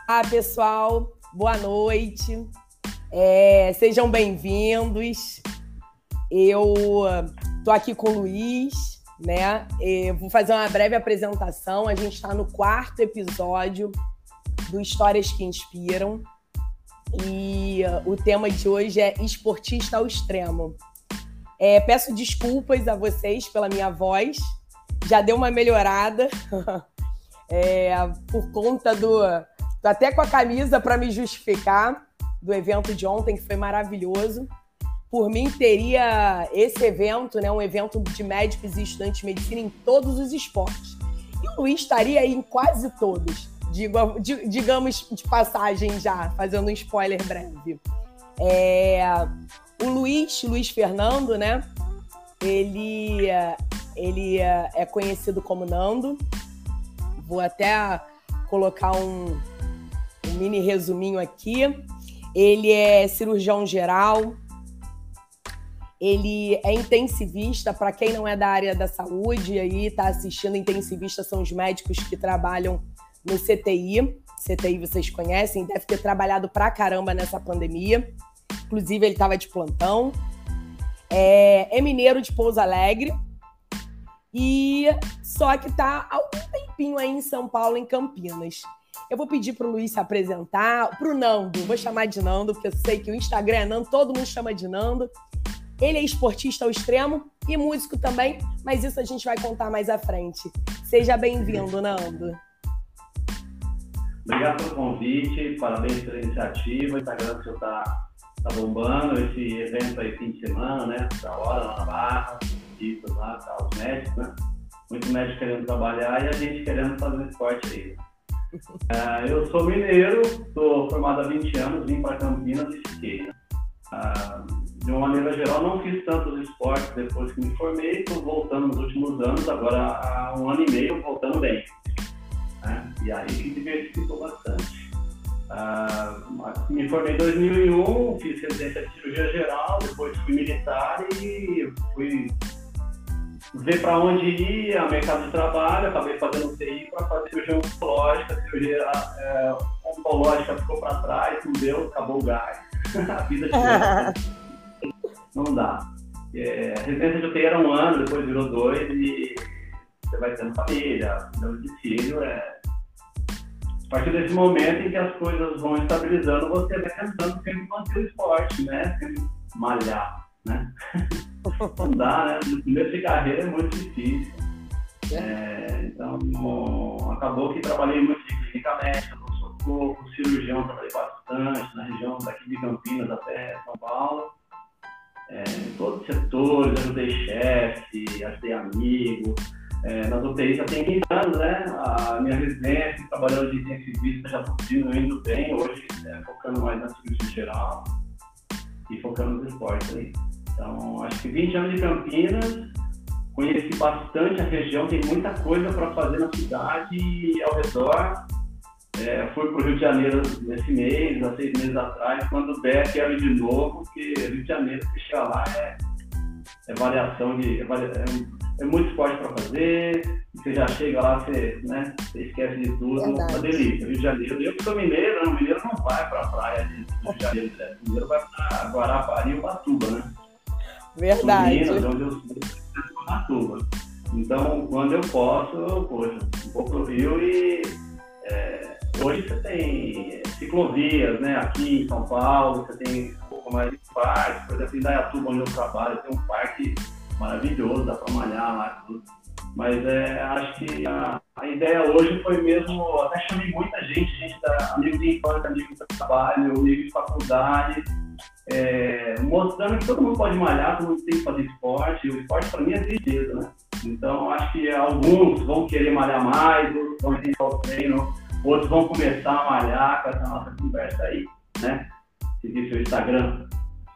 Pessoal, boa noite. Sejam bem-vindos. Eu tô aqui com o Luiz, né? Vou fazer uma breve apresentação. A gente está no 4º episódio do Histórias que Inspiram e o tema de hoje é esportista ao extremo. Peço desculpas a vocês pela minha voz, já deu uma melhorada por conta tô até com a camisa para me justificar do evento de ontem, que foi maravilhoso. Por mim, teria esse evento, né, um evento de médicos e estudantes de medicina em todos os esportes. E o Luiz estaria aí em quase todos, digamos de passagem já, fazendo um spoiler breve. O Luiz Fernando, né, ele é conhecido como Nando. Vou até colocar um mini resuminho aqui. Ele é cirurgião geral, ele é intensivista. Para quem não é da área da saúde e aí está assistindo, intensivista são os médicos que trabalham no CTI. CTI vocês conhecem, deve ter trabalhado pra caramba nessa pandemia. Inclusive, ele estava de plantão. É mineiro de Pouso Alegre. E só que está há algum tempinho aí em São Paulo, em Campinas. Eu vou pedir para o Luiz se apresentar, para o Nando, vou chamar de Nando, porque eu sei que o Instagram é Nando, todo mundo chama de Nando. Ele é esportista ao extremo e músico também, mas isso a gente vai contar mais à frente. Seja bem-vindo, Nando. Obrigado pelo convite, parabéns pela iniciativa. O Instagram seu tá bombando, esse evento aí fim de semana, né? Da hora, lá na Barra, isso lá, tá, os médicos, né? Muito médico querendo trabalhar e a gente querendo fazer um esporte aí. Eu sou mineiro, estou formado há 20 anos, vim para Campinas e fiquei. De uma maneira geral, não fiz tantos esportes depois que me formei, estou voltando nos últimos anos, agora há 1 ano e meio, voltando bem. E aí me diversificou bastante. Me formei em 2001, fiz residência de cirurgia geral, depois fui militar e fui ver para onde ia, mercado de trabalho, acabei fazendo TI para fazer cirurgia oncológica, cirurgia oncológica ficou para trás, não deu, acabou o gás. A vida de não dá. A residência de UTI era 1 ano, depois virou 2 e você vai tendo família, dando de filho. A partir desse momento em que as coisas vão estabilizando, você vai tentando sempre manter o esporte, né? Sempre malhar, né? Não dá, né? No começo de carreira é muito difícil. Então, acabou que trabalhei muito de clínica médica, no socorro, cirurgião, trabalhei bastante na região daqui de Campinas até São Paulo. Em todos os setores, ajudei chefe, ajudei amigo. Nas UTIs já tem 15 anos, né? A minha residência, trabalhando de intensivista, já estou indo bem. Hoje, focando mais na cirurgia geral e focando nos esportes aí. Então, acho que 20 anos de Campinas, conheci bastante a região, tem muita coisa para fazer na cidade e ao redor. Fui para o Rio de Janeiro nesse mês, há 6 meses atrás, quando der, quero ir de novo, porque Rio de Janeiro, se chegar lá, é variação de... É muito esporte para fazer, você já chega lá, você esquece de tudo, uma delícia. Rio de Janeiro, eu que sou mineiro, o mineiro não vai para a praia de Rio de Janeiro, o mineiro vai para Guarapari e Ubatuba, né? Verdade. Minas, onde eu sou, Ubatuba. Então, quando eu posso, vou pro Rio e hoje você tem ciclovias, né? Aqui em São Paulo, você tem um pouco mais de parques, por exemplo, em Indaiatuba, onde eu trabalho, tem um parque maravilhoso, dá para malhar lá tudo. Mas acho que a ideia hoje foi mesmo, até chamei muita gente amigo de infância, amigo de trabalho, amigo de faculdade, mostrando que todo mundo pode malhar, todo mundo tem que fazer esporte. O esporte para mim é tristeza, né? Então acho que alguns vão querer malhar mais, outros vão tentar o treino, outros vão começar a malhar com essa nossa conversa aí, né? Seguir seu Instagram.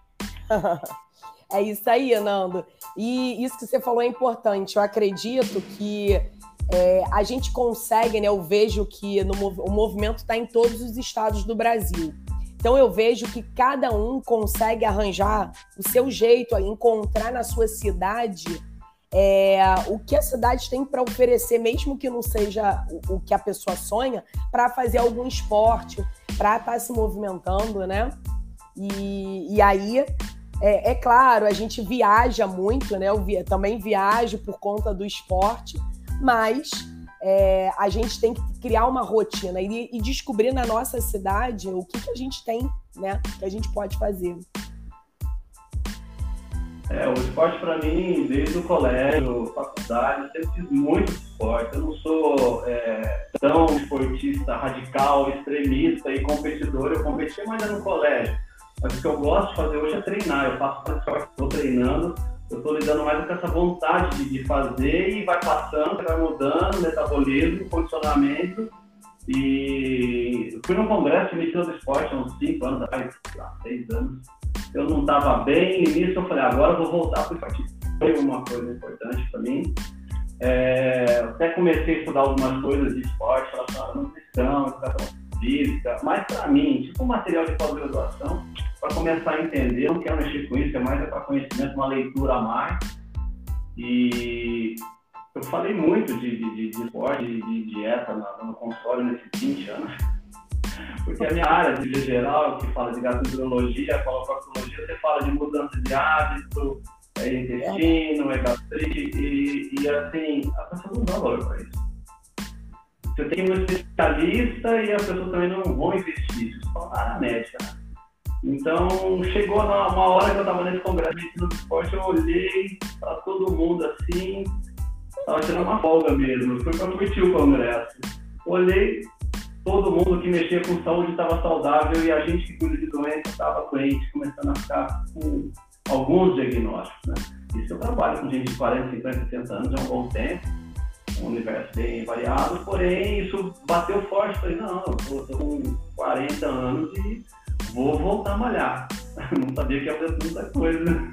É isso aí, Nando. E isso que você falou é importante. Eu acredito que a gente consegue, né? Eu vejo que o movimento está em todos os estados do Brasil. Então eu vejo que cada um consegue arranjar o seu jeito, encontrar na sua cidade o que a cidade tem para oferecer, mesmo que não seja o que a pessoa sonha, para fazer algum esporte, para estar se movimentando, né? E aí, é claro, a gente viaja muito, né? Eu também viajo por conta do esporte, mas a gente tem que criar uma rotina e descobrir na nossa cidade o que a gente tem, né? Que a gente pode fazer. O esporte para mim, desde o colégio, faculdade, eu sempre fiz muito esporte. Eu não sou tão esportista radical, extremista e competidor. Eu competi mais no colégio. Mas o que eu gosto de fazer hoje é treinar. Eu faço esporte, estou treinando, eu estou lidando mais com essa vontade de fazer e vai passando, vai mudando, metabolismo, condicionamento. E eu fui num congresso de medicina do esporte há uns 5 anos atrás, 6 anos. Eu não estava bem, e nisso eu falei, agora eu vou voltar para o esporte. Foi uma coisa importante para mim. Até comecei a estudar algumas coisas de esporte, relacionadas à nutrição, educação física, mas para mim, tipo um material de pós-graduação, para começar a entender, não quero mexer com isso, é mais para conhecimento, uma leitura a mais. E eu falei muito de esporte, de dieta no consultório nesses 20 anos. Porque a minha área de geral, que fala de gastroenterologia, fala proctologia, você fala de mudança de hábito, intestino, gastrite, e assim, a pessoa não dá valor para isso. Você tem um especialista e a pessoa também não vão investir, isso fala na área médica, né? Então, chegou uma hora que eu estava nesse congresso de ensino do esporte, eu olhei para todo mundo assim, estava tirando uma folga mesmo, fui para curtir o congresso. Olhei, todo mundo que mexia com saúde estava saudável e a gente que cuida de doença estava doente, começando a ficar com alguns diagnósticos, né? Isso eu trabalho com gente de 40, 50, 60 anos, é um bom tempo, um universo bem variado, porém isso bateu forte, falei, não, eu estou com 40 anos e vou voltar a malhar. Não sabia que ia fazer muita coisa.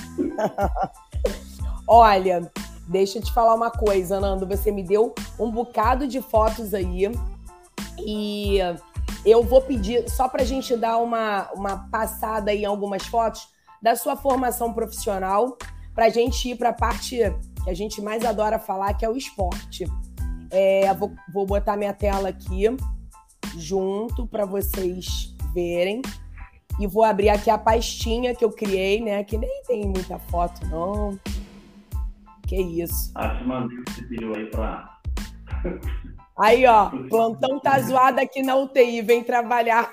Olha, deixa eu te falar uma coisa, Nando, você me deu um bocado de fotos aí, e eu vou pedir, só para a gente dar uma passada aí em algumas fotos da sua formação profissional, para a gente ir para a parte que a gente mais adora falar, que é o esporte. Vou botar minha tela aqui, junto, para vocês verem. E vou abrir aqui a pastinha que eu criei, né? Que nem tem muita foto, não. Que isso. Te mandei esse vídeo aí para... Aí, ó, plantão tá zoado aqui na UTI, vem trabalhar.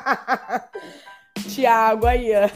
Tiago, aí, ó.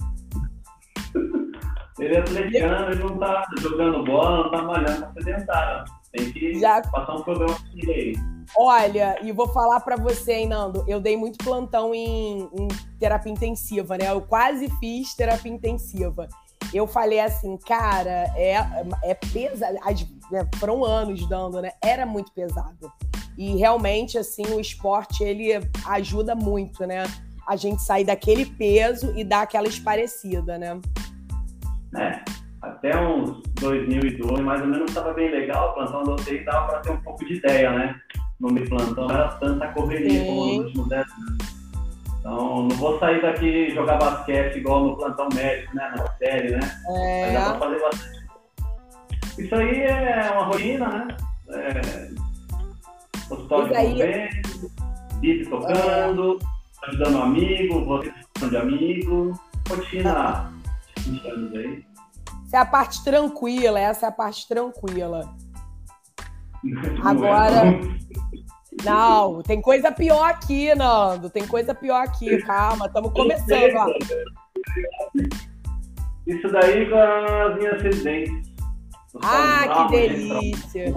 Ele é atleticano, ele não tá jogando bola, não tá malhando, tá sedentário. Tem que passar um programa aqui aí. Olha, e vou falar pra você, hein, Nando, eu dei muito plantão em terapia intensiva, né? Eu quase fiz terapia intensiva. Eu falei assim, cara, é pesado. Foram anos dando, né? Era muito pesado. E realmente, assim, o esporte, ele ajuda muito, né? A gente sair daquele peso e dar aquela esparecida, né? Até uns 2012, mais ou menos, estava bem legal. O plantão da UTI dava para ter um pouco de ideia, né? No meu plantão não era tanta correria como nos últimos 10 anos. Então, não vou sair daqui e jogar basquete igual no plantão médico, né? Na série, né? Mas dá pra fazer bastante. Isso aí é uma rotina, né? Hospital de convênio, bip tocando, ajudando um amigo, você de amigo. Rotina de 20 anos aí. Essa é a parte tranquila, Agora... Não, tem coisa pior aqui, Nando. Tem coisa pior aqui. Calma, estamos começando. Ó. Isso daí com as minhas residentes. Que delícia.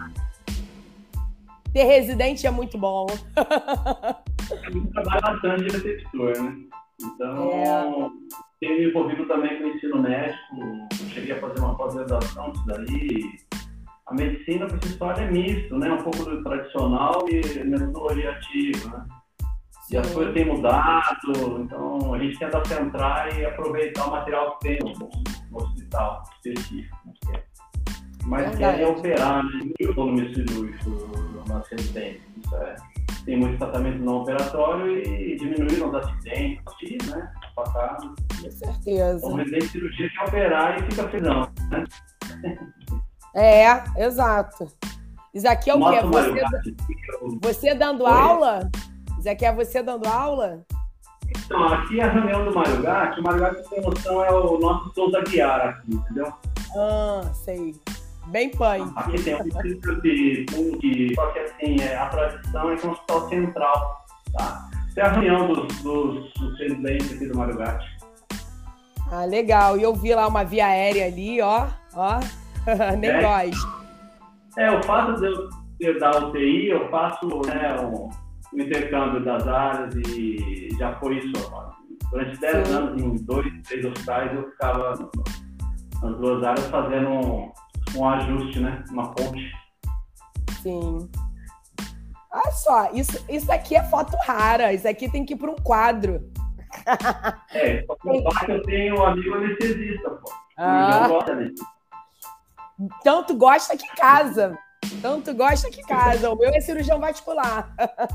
Ter residente é muito bom. Eu trabalho bastante de receptor, né? Então, tenho me envolvido também com o ensino médico. Eu cheguei a fazer uma pós-graduação disso daí. A medicina, por si só, é misto, né? Um pouco do tradicional e metodologia ativa, né? E as coisas têm mudado, então a gente tenta centrar e aproveitar o material que tem no hospital específico. Mas querem operar, né? Eu estou no meu cirúrgico, na residência. Tem muito tratamento não operatório e diminuíram os acidentes, né? Com certeza. Então, o residente de cirurgia quer operar e fica felizão, né? Exato. Isso aqui é o quê? Você dando aula? Isso aqui é você dando aula? Então, aqui é a reunião do Mário Gatti. O Mário Gatti, sem noção, é o nosso Souza Guiar aqui, entendeu? Sei. Bem punk. Aqui tem um centro de PUC, só que assim, a tradição é que é um hospital central, tá? Isso é a reunião dos presidentes aqui do Mário Gatti. Legal. E eu vi lá uma via aérea ali, ó. Nem gosto. O fato de eu dar UTI, eu faço, né, o intercâmbio das áreas e já foi isso. Durante 10 anos, em 2, 3 hospitais, eu ficava nas 2 áreas fazendo um ajuste, né? Uma ponte. Sim. Olha só, isso aqui é foto rara. Isso aqui tem que ir para um quadro. Só que eu tenho um amigo anestesista, pô. Eu gosto disso. Tanto gosta que casa. O meu é cirurgião vascular.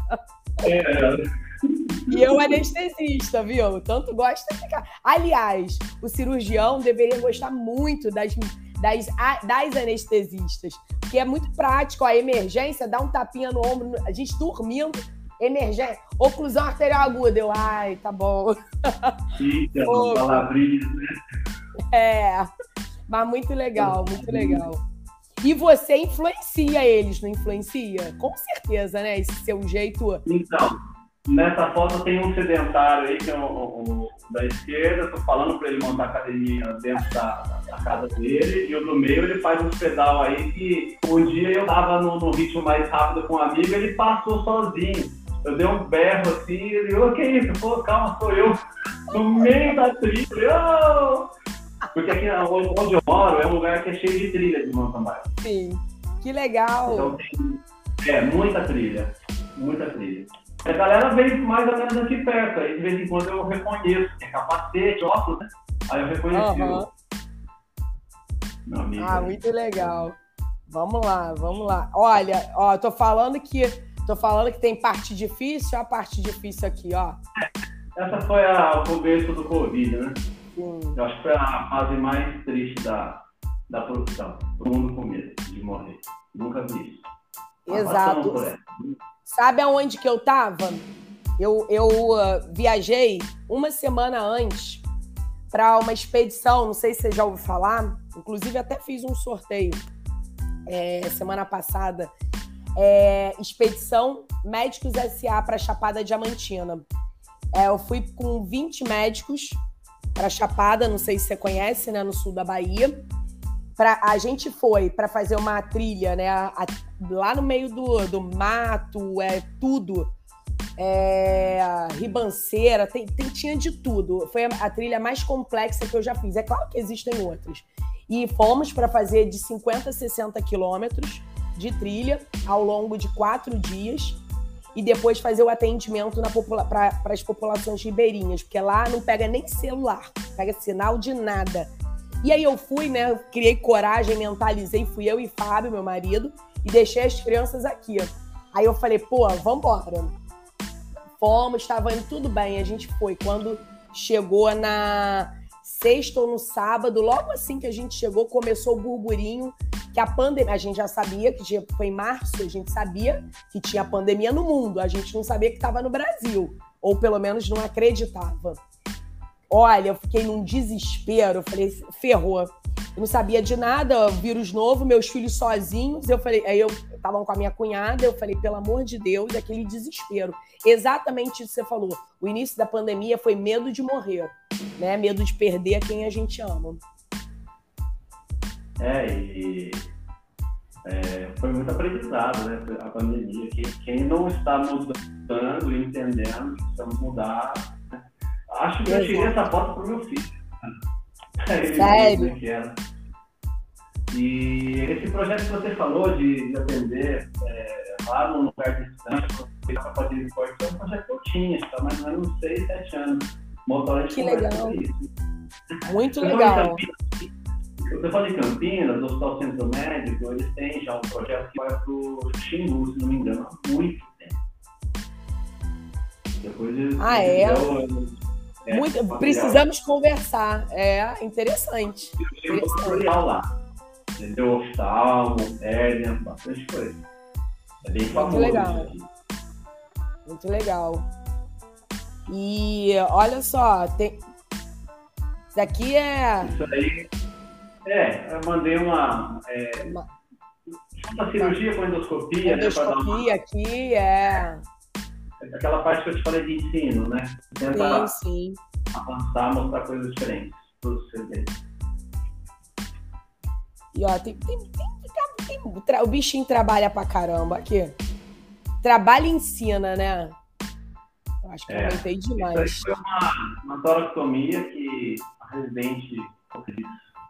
E eu anestesista, viu? Tanto gosta que casa. Aliás, o cirurgião deveria gostar muito das anestesistas, porque é muito prático. A emergência, dá um tapinha no ombro, a gente dormindo, emergência, oclusão arterial aguda. Tá bom. Então, palavrinhas, né? Mas muito legal, muito legal. E você influencia eles, não influencia? Com certeza, né? Esse seu jeito... Então, nessa foto tem um sedentário aí, que é o da esquerda, tô falando para ele montar a academia dentro da casa dele, e o do meio ele faz uns pedal aí que um dia eu tava no ritmo mais rápido com um amigo, ele passou sozinho. Eu dei um berro assim, ele, que isso? Pô, calma, sou eu. No meio da trilha, Porque aqui onde eu moro é um lugar que é cheio de trilha de mountain bike. Sim, que legal. Então tem muita trilha. A galera veio mais ou menos aqui perto, aí de vez em quando eu reconheço, tem capacete, óculos, né? Aí eu reconheci meu amigo. Muito legal. Vamos lá. Olha, tô falando que tem parte difícil, olha a parte difícil aqui, ó. Essa foi o começo do Covid, né? Sim. Eu acho que foi a fase mais triste da profissão. Todo mundo com medo de morrer. Nunca vi isso. Exato. Sabe aonde que eu tava? Eu viajei uma semana antes para uma expedição, não sei se você já ouviu falar, inclusive até fiz um sorteio semana passada, Expedição Médicos S.A. para Chapada Diamantina. Eu fui com 20 médicos para Chapada, não sei se você conhece, né, no sul da Bahia. A gente foi para fazer uma trilha, né, lá no meio do mato, tudo, ribanceira, tinha de tudo. Foi a trilha mais complexa que eu já fiz. É claro que existem outras. E fomos para fazer de 50 a 60 quilômetros de trilha ao longo de 4 dias e depois fazer o atendimento para as populações ribeirinhas, porque lá não pega nem celular, pega sinal de nada. E aí eu fui, né, criei coragem, mentalizei, fui eu e Fábio, meu marido, e deixei as crianças aqui. Aí eu falei, vambora. Fomos, estava indo tudo bem, a gente foi. Quando chegou na sexta ou no sábado, logo assim que a gente chegou, começou o burburinho que a pandemia, a gente já sabia que foi em março, a gente sabia que tinha pandemia no mundo, a gente não sabia que estava no Brasil, ou pelo menos não acreditava. Olha, eu fiquei num desespero, eu falei, ferrou. Eu não sabia de nada, vírus novo, meus filhos sozinhos, aí eu tava com a minha cunhada, eu falei, pelo amor de Deus, aquele desespero. Exatamente isso que você falou. O início da pandemia foi medo de morrer, né? Medo de perder quem a gente ama. Foi muito aprendizado, né? A pandemia. Quem não está mudando e entendendo que precisamos mudar, né? Acho que eu tirei essa foto pro meu filho. Sério? E esse projeto que você falou de atender lá num lugar distante, para fazer esporte, é um projeto que eu tinha, está mais ou menos uns 6, 7 anos. Que legal. Muito legal. Eu falei de Campinas, do Hospital Centro Médico, eles têm já um projeto que vai para o Xingu, se não me engano, há muito tempo. Depois eles precisamos conversar. Interessante. Tem um tutorial lá. entendeu? Oftalmo, hérnia, bastante coisa. É bem famoso. Muito legal. Muito legal. E olha só, isso aqui é... Isso aí, eu mandei uma cirurgia com endoscopia, endoscopia, né, aqui é... Aquela parte que eu te falei de ensino, né? Tentar sim. avançar, mostrar coisas diferentes para os CDs. E ó, o bichinho trabalha pra caramba aqui. Trabalha e ensina, né? Eu acho que eu aumentei demais. Isso aí foi uma toracotomia que a residente fez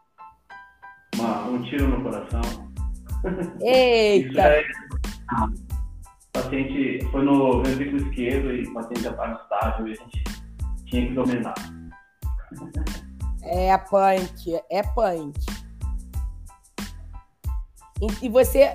um tiro no coração. Eita! O paciente foi no vesículo esquerdo e o paciente já estava estável e a gente tinha que dominar. É punk. E você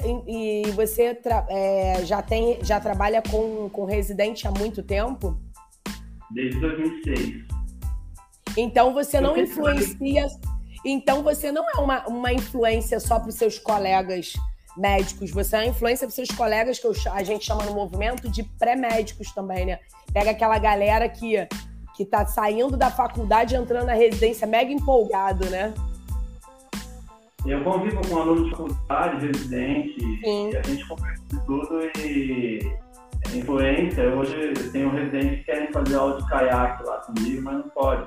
já trabalha com residente há muito tempo? Desde 2006. Então você não influencia. Então você não é uma influência só para os seus colegas médicos, você é uma influência para os seus colegas que a gente chama no movimento de pré-médicos também, né? Pega aquela galera que tá saindo da faculdade e entrando na residência mega empolgado, né? Eu convivo com alunos de faculdade, residente, e a gente conversa de tudo e influência. Hoje tem um residente que querem fazer aula de caiaque lá comigo, mas não pode.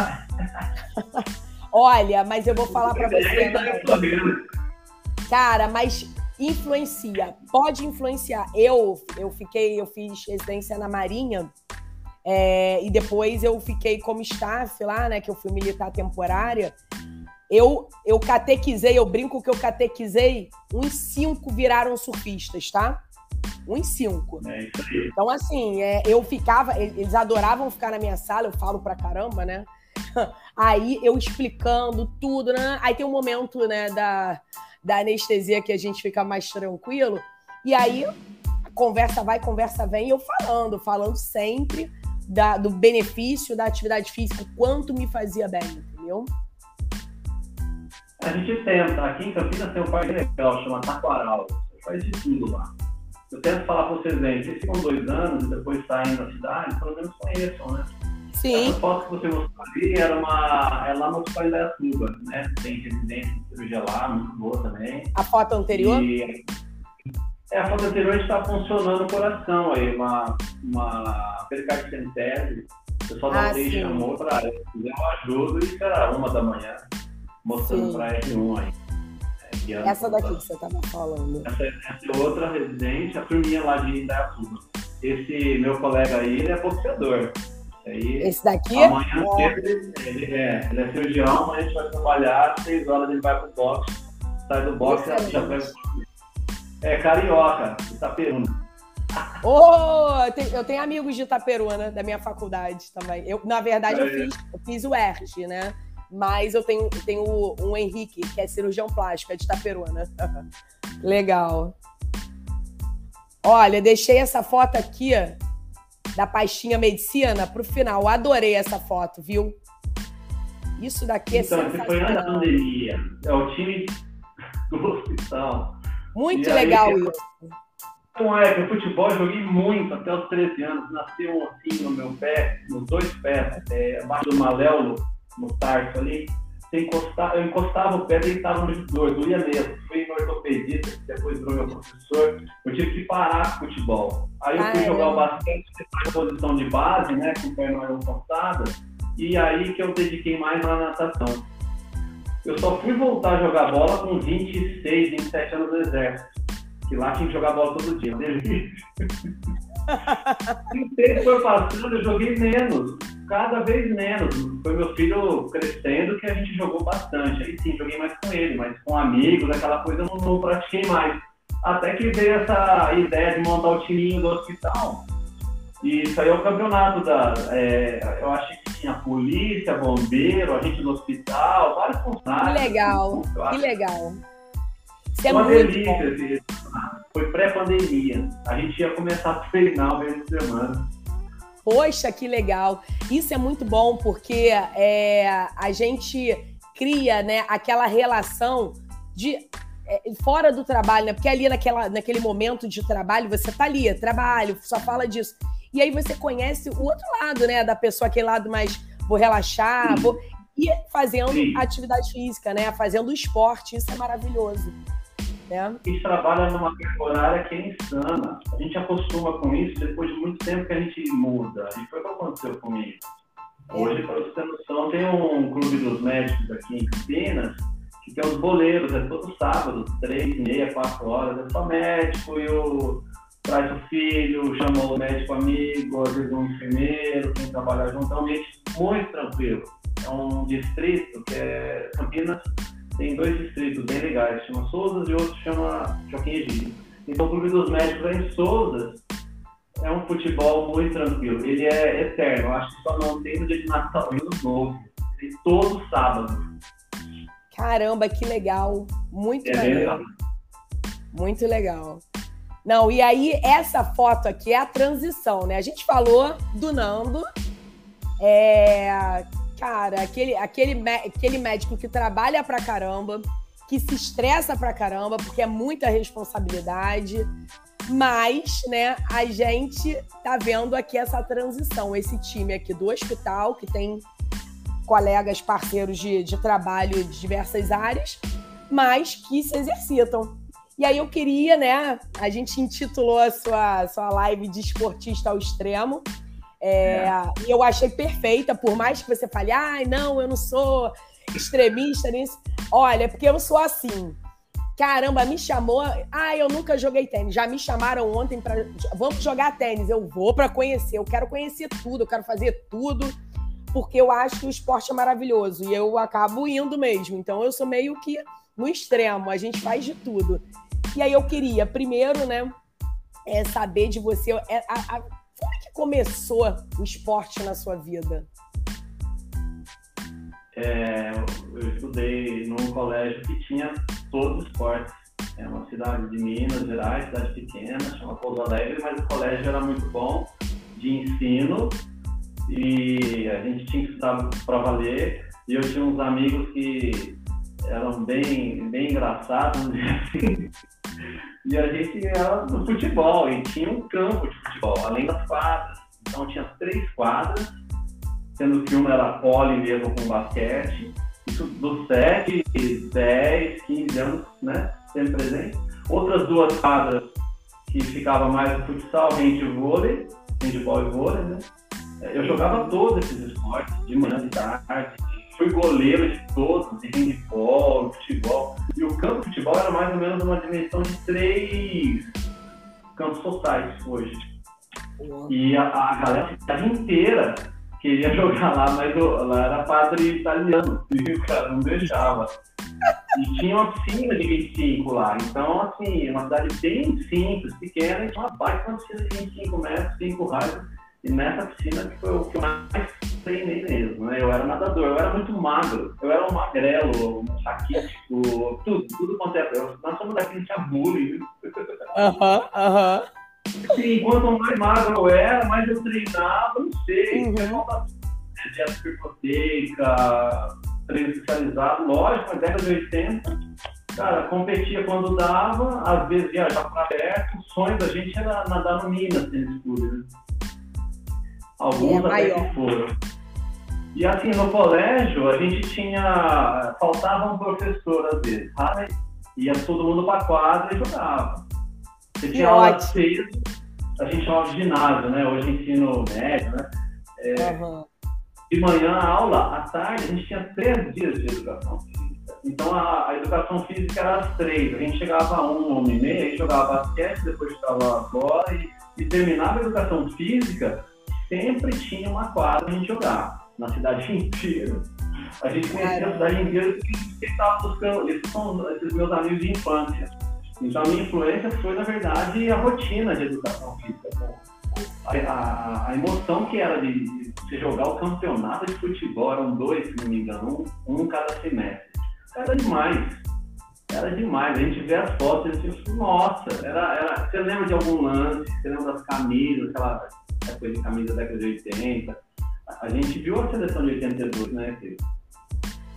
Olha, mas eu vou falar para você, né? Cara, mas influencia, pode influenciar. Eu fiz residência na Marinha e depois eu fiquei como staff lá, né? Que eu fui militar temporária. Eu catequizei, eu brinco que eu catequizei, uns 5 viraram surfistas, tá? Uns 5. É isso aí. Então, assim, eu ficava, eles adoravam ficar na minha sala, eu falo pra caramba, né? Aí eu explicando tudo, né? Aí tem um momento, né, da anestesia que a gente fica mais tranquilo, e aí a conversa vai, conversa vem, e eu falando sempre do benefício da atividade física, o quanto me fazia bem, entendeu? A gente tenta. Aqui em Campinas tem um parque legal, chama Taquaral. Você faz de tudo lá. Eu tento falar para vocês, gente, vocês ficam 2 anos e depois saem da cidade, pelo menos conheçam, né? Sim. Essa foto que você mostrou ali é lá no Hospital Indaiatuba, né? Tem residência de cirurgia lá, muito boa também. A foto anterior? A foto anterior está funcionando o coração aí, uma pericardicentese. O pessoal da UTI chamou para eu ajudo e isso era 1 da manhã. Mostrando para R1 aí. Essa daqui que você estava falando. Essa é outra residente, a turminha lá de Indaiatuba. Esse meu colega aí, ele é boxeador. Esse daqui? Amanhã ele é cirurgião, amanhã a gente vai trabalhar, 6 horas ele vai pro boxe, sai do boxe e já pega o carioca, Itaperuna. Eu tenho amigos de Itaperuna, da minha faculdade também. Na verdade, eu fiz o ERJ, né? Mas eu tenho um Henrique, que é cirurgião plástico, é de Itaperuna. Legal. Olha, deixei essa foto aqui da pastinha medicina pro final. Adorei essa foto, viu? Isso daqui é sensacional. Então, foi antes da pandemia. É o time do hospital. Muito legal isso. Então, que o futebol eu joguei muito até os 13 anos. Nasceu um ossinho no meu pé, nos 2 pés, abaixo do maléolo, no tarso ali. Eu encostava o pé e deitava no dor, doía mesmo. Fui no ortopedista, que depois virou meu professor. Eu tive que parar com o futebol. Aí eu fui jogar o basquete, na posição de base, né, com perna mais encostada. E aí que eu dediquei mais na natação. Eu só fui voltar a jogar bola com 26, 27 anos do exército. Que lá tinha que jogar bola todo dia. E o tempo foi passando, eu joguei menos, cada vez menos. Foi meu filho crescendo que a gente jogou bastante. Aí sim, joguei mais com ele, mas com amigos, aquela coisa eu não pratiquei mais. Até que veio essa ideia de montar o timinho do hospital. E saiu o campeonato eu acho que tinha polícia, bombeiro, a gente do hospital, vários funcionários. Que legal. Isso é uma delícia. Foi pré-pandemia. A gente ia começar a treinar o mesmo semana. Poxa, que legal. Isso é muito bom, porque a gente cria, né, aquela relação fora do trabalho, né? Porque ali naquele momento de trabalho, você tá ali, trabalho, só fala disso. E aí você conhece o outro lado, né? Da pessoa, aquele lado mais, vou relaxar, e fazendo atividade física, né? Fazendo esporte, isso é maravilhoso. Né? A gente trabalha numa carga horária que é insana. A gente acostuma com isso depois de muito tempo que a gente muda. E foi o que aconteceu comigo. Hoje, para você ter noção, tem um clube dos médicos aqui em Campinas, que tem os boleiros, é todo sábado, 3h30, 4 horas, é só médico e traz o filho, chamou o médico amigo, às vezes um enfermeiro, quem trabalha junto, é um ambiente muito tranquilo. É um distrito que é Campinas, tem 2 distritos bem legais, chama Sousas e outro chama Joaquim Egídio. Então o Clube dos Médicos em Sousas é um futebol muito tranquilo, ele é eterno, eu acho que só não tem no dia de Natal e Ano Novo, tem todo sábado. Caramba, que legal, muito legal. Muito legal. Não, e aí essa foto aqui é a transição, né? A gente falou do Nando, cara, aquele médico que trabalha pra caramba, que se estressa pra caramba, porque é muita responsabilidade, mas, né, a gente tá vendo aqui essa transição, esse time aqui do hospital, que tem colegas, parceiros de trabalho de diversas áreas, mas que se exercitam. E aí eu queria, né, a gente intitulou a sua live de esportista ao extremo, e eu achei perfeita, por mais que você fale, não, eu não sou extremista nisso. Olha, porque eu sou assim. Caramba, me chamou, eu nunca joguei tênis, já me chamaram ontem para vamos jogar tênis, eu vou para conhecer, eu quero conhecer tudo, eu quero fazer tudo, porque eu acho que o esporte é maravilhoso, e eu acabo indo mesmo, então eu sou meio que no extremo, a gente faz de tudo. E aí eu queria, primeiro, né, saber de você, como é que começou o esporte na sua vida? Eu estudei num colégio que tinha todos os esportes. É uma cidade de Minas Gerais, cidade pequena, chama Pouso Alegre, mas o colégio era muito bom de ensino e a gente tinha que estudar para valer. E eu tinha uns amigos que eram bem engraçados, assim. E a gente era no futebol e tinha um campo de futebol, além das quadras. Então tinha 3 quadras, sendo que uma era pole mesmo com basquete. Isso dos 7, 10, 15 anos, né, sempre presente. Outras 2 quadras que ficava mais no futsal, handball e vôlei, né. Eu jogava todos esses esportes, de manhã, de tarde. Fui goleiro de todos, de handball, futebol. E o campo de futebol era mais ou menos uma dimensão de 3 campos totais hoje. E a galera a cidade inteira queria jogar lá, mas lá era padre italiano, e o cara não deixava. E tinha uma piscina de 25 lá, então, assim, uma cidade bem simples, pequena, e tinha uma baita piscina de 25 metros, 5 raios, e nessa piscina que foi o que eu mais treinei mesmo, né? Eu era nadador, eu era muito magro, eu era um magrelo, um raquítico, tudo quanto é. Nós somos daqui, a gente tinha bullying. Assim, quanto mais magro eu era, mais eu treinava, não sei. Dieta proteica, treino especializado, lógico, na década de 80, cara, competia quando dava, às vezes viajar para perto, o sonho da gente era nadar no Minas, tênis clube, né? Alguns até que foram. E assim, no colégio, a gente faltava um professor às vezes, sabe? Ia todo mundo para quadra e jogava. Você tinha aula cedo, a gente chamava de ginásio, né? Hoje ensino médio, né? De manhã a aula, à tarde a gente tinha 3 dias de educação física. Então a educação física era às 3, a gente chegava a 1h30, aí jogava basquete, depois jogava bola e terminava a educação física, sempre tinha uma quadra pra gente jogar, na cidade inteira. A gente conhecia a cidade inteira porque estava buscando, esses são esses meus amigos de infância. Então a minha influência foi, na verdade, a rotina de educação física. A emoção que era de você jogar o campeonato de futebol, eram 2, se não me engano, um cada semestre. Era demais. A gente vê as fotos e a gente fala, nossa, você lembra de algum lance, você lembra das camisas, aquela coisa de camisa da década de 80. A gente viu a seleção de 82, né,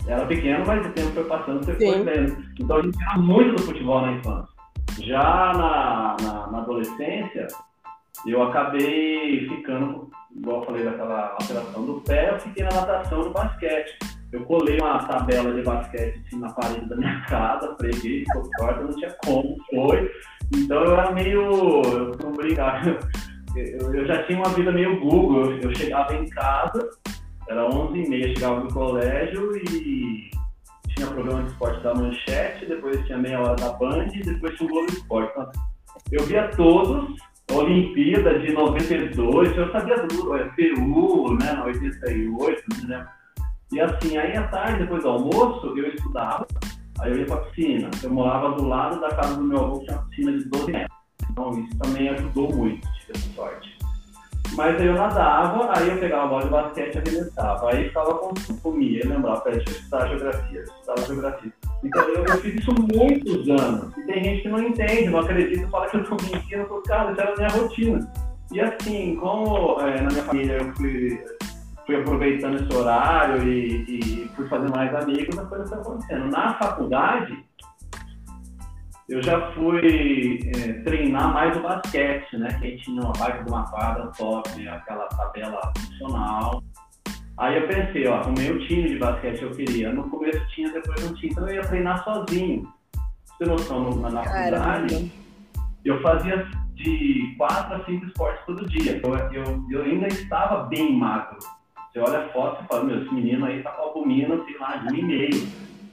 era pequeno, mas o tempo foi passando, você foi vendo. Então a gente era muito do futebol na infância. Já na adolescência, eu acabei ficando, igual eu falei daquela alteração do pé, eu fiquei na natação e no basquete. Eu colei uma tabela de basquete assim, na parede da minha casa, preguei, ficou forte, não tinha como, foi. Então eu era meio, não brincar, eu já tinha uma vida meio Google, eu chegava em casa, era 11h30, chegava do colégio e tinha programa de esporte da Manchete, depois tinha meia hora da Band e depois tinha o Globo Esporte. Então, eu via todos, a Olimpíada de 92, eu sabia tudo, Peru, né, 88, né? E assim, aí à tarde, depois do almoço, eu estudava, aí eu ia pra piscina. Eu morava do lado da casa do meu avô, que tinha uma piscina de 12 metros. Então isso também ajudou muito, tive essa sorte. Mas aí eu nadava, aí eu pegava a bola de basquete e arremessava. Aí ficava comia, eu lembrava, peraí, deixa eu estudar geografia, Então eu fiz isso muitos anos. E tem gente que não entende, não acredita, fala que eu tô mentindo, eu falo, cara, isso era a minha rotina. E assim, como na minha família eu fui aproveitando esse horário e fui fazendo mais amigos, as coisas estão acontecendo. Na faculdade, eu já fui treinar mais o basquete, né? Que aí tinha uma parte de uma quadra top, aquela tabela funcional. Aí eu pensei, ó, arrumei o time de basquete que eu queria. No começo tinha, depois não tinha, então eu ia treinar sozinho. Pra você ter noção, na faculdade, eu fazia de 4 a 5 esportes todo dia. Eu ainda estava bem magro. Você olha a foto e fala, meu, esse menino aí tá com albumina, sei lá, de 1,5.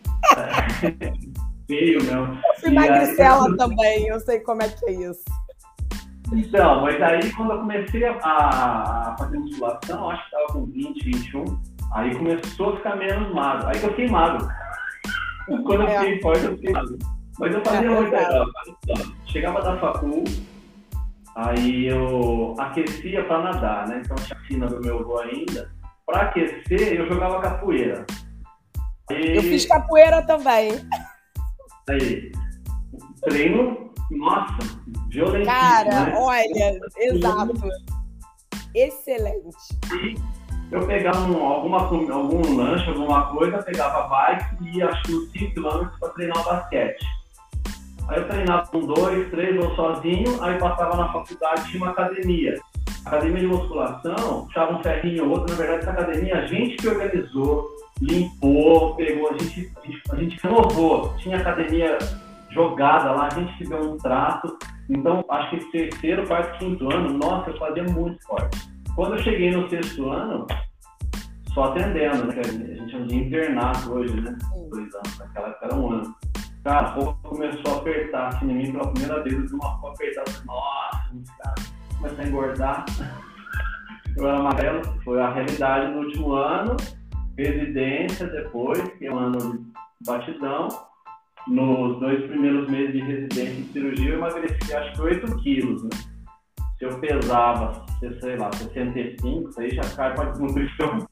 Feio, meu. Eu fui magricela também, eu sei como é que é isso. Então, mas aí quando eu comecei a fazer musculação, acho que tava com 20, 21, aí começou a ficar menos magro. Aí que eu fiquei magro. Quando eu fiquei forte, eu fiquei magro. Mas eu fazia muito legal. Chegava da facul, aí eu aquecia pra nadar, né? Então tinha a piscina do meu avô ainda. Pra aquecer, eu jogava capoeira. Eu fiz capoeira também. Aí, treino, nossa, violentíssimo. Cara, né? olha, exato. Excelente. E eu pegava algum lanche, alguma coisa, pegava a bike e ia, acho que uns 5 km para treinar o basquete. Aí eu treinava com 2, 3 ou sozinho, aí passava na faculdade, tinha uma academia. Academia de musculação, puxava um ferrinho ou outro, na verdade essa academia a gente que organizou, limpou, pegou, a gente renovou, tinha academia jogada lá, a gente que deu um trato. Então, acho que terceiro, quarto, quinto ano, nossa, eu fazia muito esporte. Quando eu cheguei no 6º ano, só atendendo, né? A gente é um dia internato hoje, né? 2 anos, naquela época era 1 ano. Cara, a roupa começou a apertar assim em mim pela primeira vez, eu vi uma roupa apertada, nossa, cara, comecei a engordar. Eu era amarelo, foi a realidade no último ano, residência depois, que é um ano de batidão. Nos 2 primeiros meses de residência em cirurgia, eu emagreci acho que 8 quilos, né? Se eu pesava, sei lá, 65, isso aí já cai para desnutrição.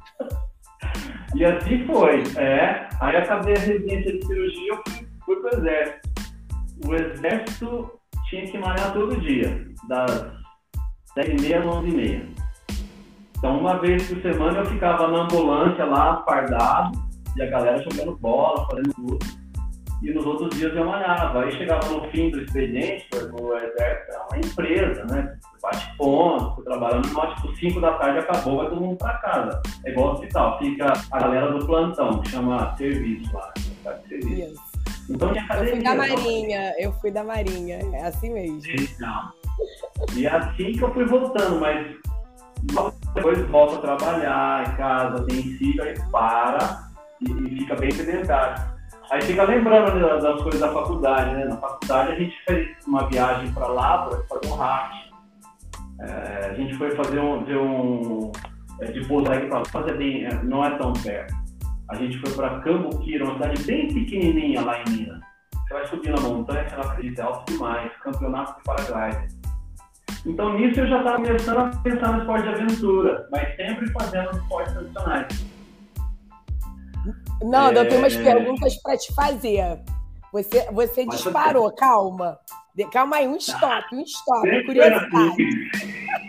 E assim foi, Aí acabei a residência de cirurgia, eu fui pro exército. O exército tinha que malhar todo dia, das 10h30 às 11h30. Então, uma vez por semana eu ficava na ambulância lá, fardado, e a galera jogando bola, fazendo tudo. E nos outros dias eu malhava. Aí chegava no fim do expediente, o exército é uma empresa, né? Bate ponto, trabalhando, mas tipo 5 da tarde acabou, vai todo mundo pra casa. É igual hospital, fica a galera do plantão, que chama serviço lá, serviço. Então tinha academia. Eu fui da Marinha, é assim mesmo. Então, e é assim que eu fui voltando, mas depois volta a trabalhar em casa, tem filho, aí para e fica bem sedentário. Aí fica lembrando das coisas da faculdade, né? Na faculdade a gente fez uma viagem para lá para fazer um raft. A gente foi fazer de Pouso Alegre para fazer bem, não é tão perto. A gente foi para Cambuquira, uma cidade bem pequenininha lá em Minas. Você vai subir na montanha, você não acredita, é alto demais, campeonato de paragliding. Então nisso eu já estava começando a pensar no esporte de aventura, mas sempre fazendo esportes tradicionais. Não, eu tenho umas perguntas para te fazer. Você disparou, calma. Calma aí, um stop, curiosidade.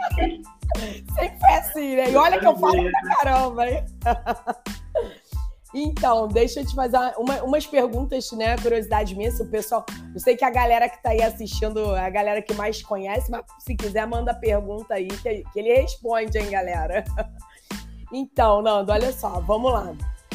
Sempre foi assim, né? E olha que eu falo pra caramba, hein? Então, deixa eu te fazer umas perguntas, né? Curiosidade minha, se o pessoal... Eu sei que a galera que tá aí assistindo é a galera que mais conhece, mas se quiser, manda pergunta aí, que ele responde, hein, galera? Então, Nando, olha só, vamos lá.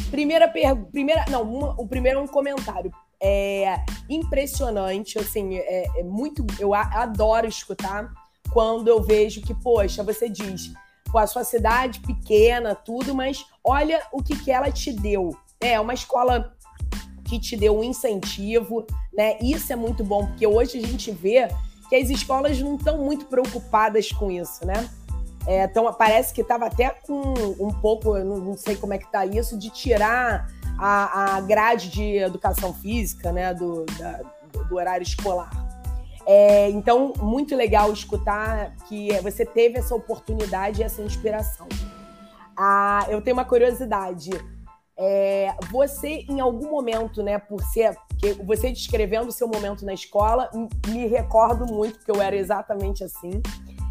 O primeiro é um comentário. É impressionante, assim, muito... Eu adoro escutar quando eu vejo que, poxa, você diz... Pô, a sua cidade pequena, tudo, mas olha o que ela te deu. É uma escola que te deu um incentivo, né? Isso é muito bom, porque hoje a gente vê que as escolas não estão muito preocupadas com isso, né? Então, parece que estava até com um pouco, eu não sei como é que está isso, de tirar a grade de educação física, né? Do horário escolar. Então, muito legal escutar que você teve essa oportunidade e essa inspiração. Eu tenho uma curiosidade. Você, em algum momento, né, porque você descrevendo o seu momento na escola, me recordo muito, porque eu era exatamente assim.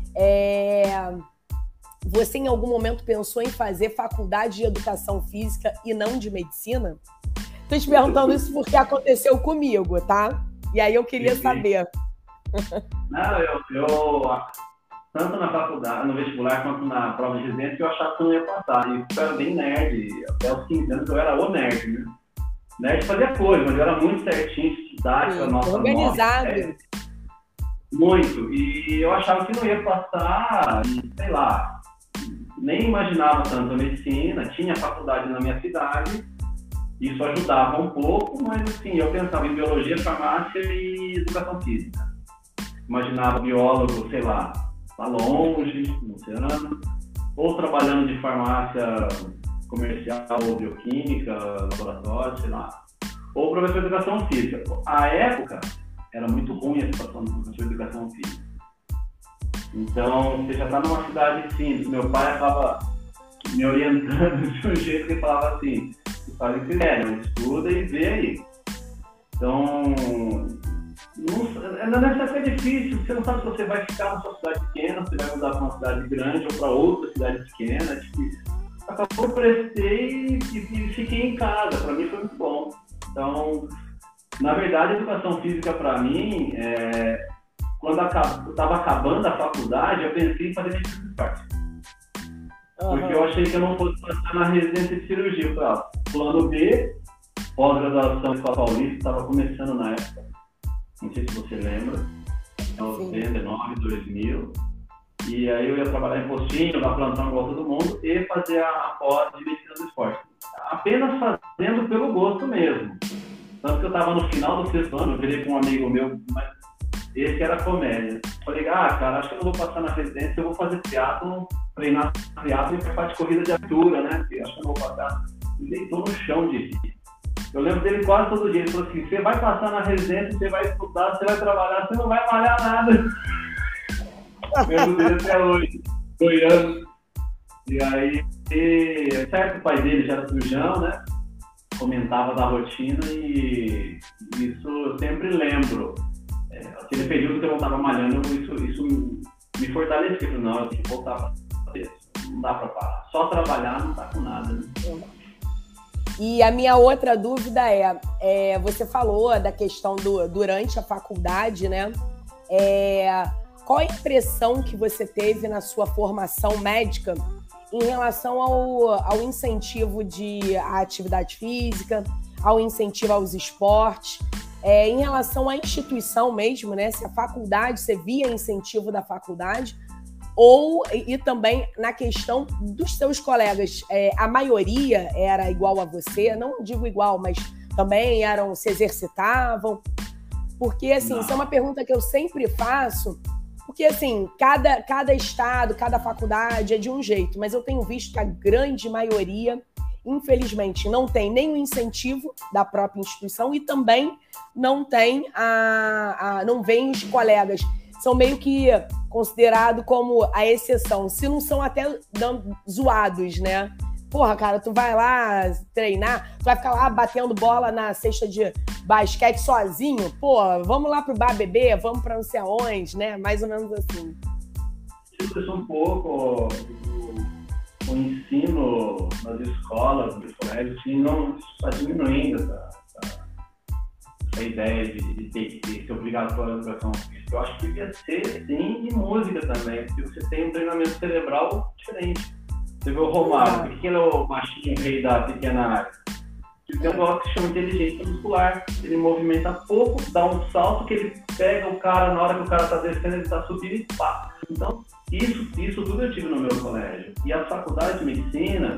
Você, em algum momento, pensou em fazer faculdade de educação física e não de medicina? Estou te perguntando isso porque aconteceu comigo, tá? E aí eu queria saber. Não, eu tanto na faculdade, no vestibular, quanto na prova de residência, eu achava que eu não ia passar. E eu era bem nerd, até os 15 anos eu era o nerd, né? Nerd fazia coisa, mas eu era muito certinho, didático, organizado. Muito. E eu achava que não ia passar, e, sei lá, nem imaginava tanto a medicina, tinha faculdade na minha cidade, isso ajudava um pouco, mas assim, eu pensava em biologia, farmácia e educação física. Imaginava biólogo, sei lá, lá longe, no oceano, ou trabalhando de farmácia comercial ou bioquímica, laboratório, sei lá, ou professor de educação física. A época era muito ruim a situação do professor de educação física. Então, você já está numa cidade simples, meu pai acaba me orientando de um jeito que ele falava assim, faz o que quiser, mas estuda e vê aí. Então, nessa época é difícil, você não sabe se você vai ficar na sua cidade pequena, se vai mudar para uma cidade grande ou para outra cidade pequena, é difícil. Acabou, eu prestei e fiquei em casa, para mim foi muito bom. Então, na verdade, a educação física para mim, quando eu estava acabando a faculdade, eu pensei em fazer medicina de esporte. Porque eu achei que eu não fosse passar na residência de cirurgia. Eu falei, plano B, pós-graduação em São Paulista, estava começando na época. Não sei se você lembra, 99, 2000. E aí eu ia trabalhar em postinho, dar plantão igual todo mundo, e fazer a pós de medicina do esporte. Apenas fazendo pelo gosto mesmo. Tanto que eu estava no final do sexto ano, eu virei com um amigo meu, mas esse era comédia. Falei, cara, acho que eu não vou passar na residência, eu vou fazer triatlon, treinar triatlon e participar de corrida de altura, né? Porque acho que eu não vou passar. E deitou no chão de rir. Eu lembro dele quase todo dia, ele falou assim, você vai passar na residência, você vai estudar, você vai trabalhar, você não vai malhar nada. Lembro dele até hoje, 2 anos. E aí, certo, o pai dele já era cirurgião, né? Comentava da rotina e isso eu sempre lembro. Aquele período que eu não estava malhando, isso me fortaleceu. Não, eu tinha que voltar para fazer isso. Não dá para parar. Só trabalhar não tá com nada, né? E a minha outra dúvida você falou da questão durante a faculdade, né? Qual a impressão que você teve na sua formação médica em relação ao incentivo à atividade física, ao incentivo aos esportes, em relação à instituição mesmo, né? Se a faculdade, você via incentivo da faculdade, e também na questão dos seus colegas, a maioria era igual a você, não digo igual, mas também se exercitavam, porque assim, isso é uma pergunta que eu sempre faço, porque assim, cada estado, cada faculdade é de um jeito, mas eu tenho visto que a grande maioria, infelizmente, não tem nem o incentivo da própria instituição e também não tem não vem os colegas, são meio que considerados como a exceção, se não são até zoados, né? Porra, cara, tu vai lá treinar, tu vai ficar lá batendo bola na cesta de basquete sozinho? Pô, vamos lá pro bar beber, vamos pra não sei aonde, né? Mais ou menos assim. Isso um pouco o ensino nas escolas, nos colégios, assim, não está diminuindo essa ideia de ter que ser obrigatório a educação física. Eu acho que devia ser, sim, de música também, porque você tem um treinamento cerebral diferente. Você vê o Romário, que ele é o machinho rei da pequena área. Ele tem um negócio que se chama inteligência muscular. Ele movimenta pouco, dá um salto que ele pega o cara, na hora que o cara está descendo, ele está subindo e pá. Então, isso tudo eu tive no meu colégio. E as faculdades de medicina,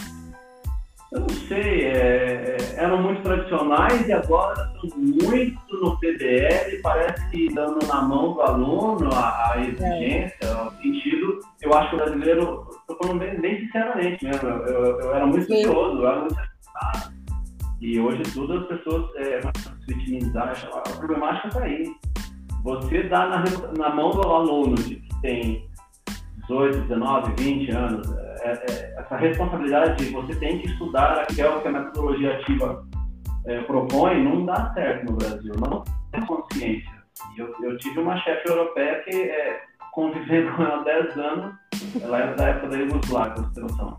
eu não sei, eram muito tradicionais e agora estão muito no PDL, parece que dando na mão do aluno a exigência, o sentido. Eu acho que o brasileiro, estou falando bem sinceramente mesmo, eu era muito curioso, eu era muito assustado. E hoje tudo as pessoas se vitimizar, a problemática está aí. Você dá na mão do aluno que tem 18, 19, 20 anos, essa responsabilidade de você tem que estudar, que é o que a metodologia ativa propõe, não dá certo no Brasil, não tem consciência. E eu tive uma chefe europeia que, convivendo com ela há 10 anos, ela era da época da Iugoslávia, pra você ter noção.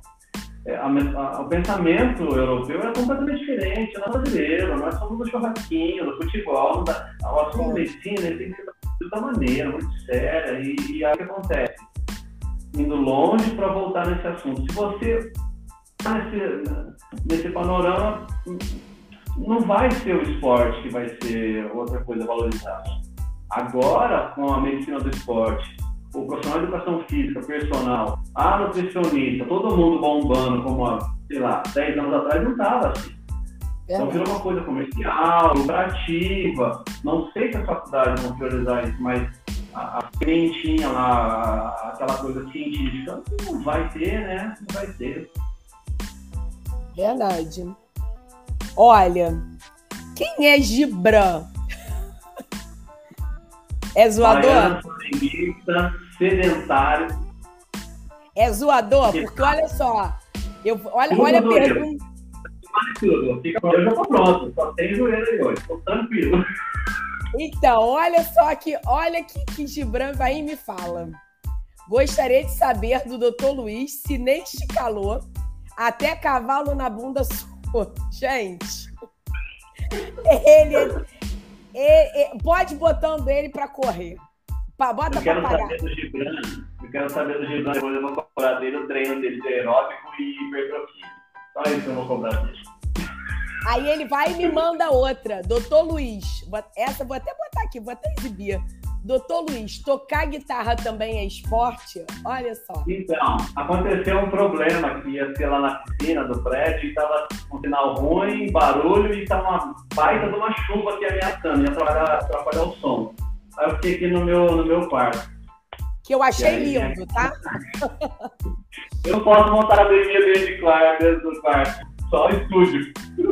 O pensamento europeu é completamente diferente, não é brasileiro, nós somos do churrasquinho, do futebol, o assunto medicina ele tem que ser de outra maneira, muito séria, e aí o que acontece? Indo longe para voltar nesse assunto. Se você está nesse panorama, não vai ser o esporte que vai ser outra coisa valorizada. Agora, com a medicina do esporte, o profissional de educação física, personal, a nutricionista, todo mundo bombando como há, sei lá, 10 anos atrás, não estava assim. Então virou uma coisa comercial, lucrativa. Não sei se as faculdades vão priorizar isso, mas a sementinha lá, aquela coisa científica, não vai ter, né? Não vai ter. Verdade. Olha, quem é Gibran? É zoador? Sedentário. É zoador? Porque olha só, olha a pergunta. Eu já tô pronto, só tem joelho aí hoje, tô tranquilo. Então, olha que Gibran vai e me fala. Gostaria de saber do Dr. Luiz se neste calor até cavalo na bunda sua. Gente, ele pode botando ele para correr. Bota para pagar. Eu quero saber do Gibran, depois eu vou cobrar dele o treino dele de aeróbico e hipertrofia. Só isso que eu vou cobrar dele. Aí ele vai e me manda outra. Doutor Luiz, essa vou até botar aqui, vou até exibir. Doutor Luiz, tocar guitarra também é esporte? Olha só. Então, aconteceu um problema que ia ser lá na piscina do prédio e estava um sinal ruim, barulho e estava uma baita de uma chuva aqui ameaçando, ia atrapalhar o som. Aí eu fiquei aqui no meu quarto. Que eu achei lindo, tá? Eu não posso montar a academia dentro do quarto, só estúdio.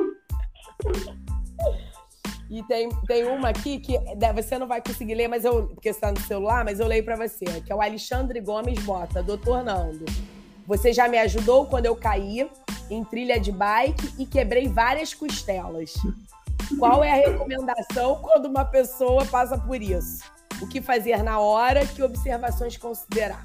E tem uma aqui que você não vai conseguir ler, porque está no celular, mas eu leio para você, que é o Alexandre Gomes bota. Doutor Nando, você já me ajudou quando eu caí em trilha de bike e quebrei várias costelas. Qual é a recomendação quando uma pessoa passa por isso? O que fazer na hora? Que observações considerar?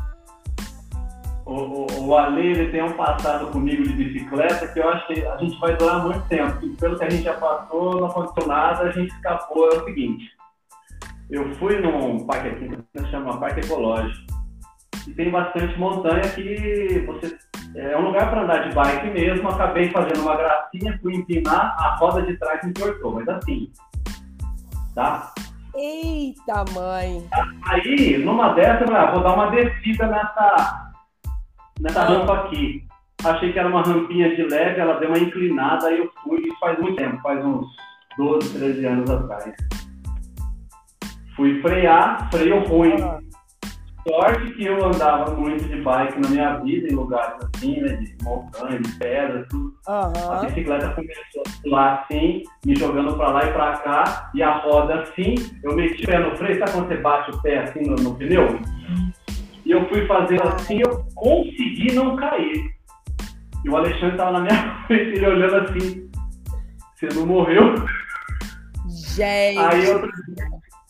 O Ale, ele tem um passado comigo de bicicleta que eu acho que a gente vai durar muito tempo. E pelo que a gente já passou, não aconteceu nada, a gente escapou. É o seguinte, eu fui num parque aqui que se chama Parque Ecológico. E tem bastante montanha que é um lugar para andar de bike mesmo. Acabei fazendo uma gracinha, fui empinar, a roda de trás me cortou, mas assim, tá? Eita, mãe! Aí, numa dessas, vou dar uma descida nessa rampa aqui. Achei que era uma rampinha de leve, ela deu uma inclinada, aí eu fui, isso faz muito tempo, faz uns 12, 13 anos atrás. Fui frear, freio ruim. Sorte que eu andava muito de bike na minha vida, em lugares assim, né, de montanha, de pedra, tudo. A bicicleta começou a pular assim, me jogando pra lá e pra cá, e a roda assim, eu meti o pé no freio, sabe quando você bate o pé assim no pneu? E eu fui fazendo assim, eu consegui não cair. E o Alexandre tava na minha frente, ele olhando assim, você não morreu? Gente! Aí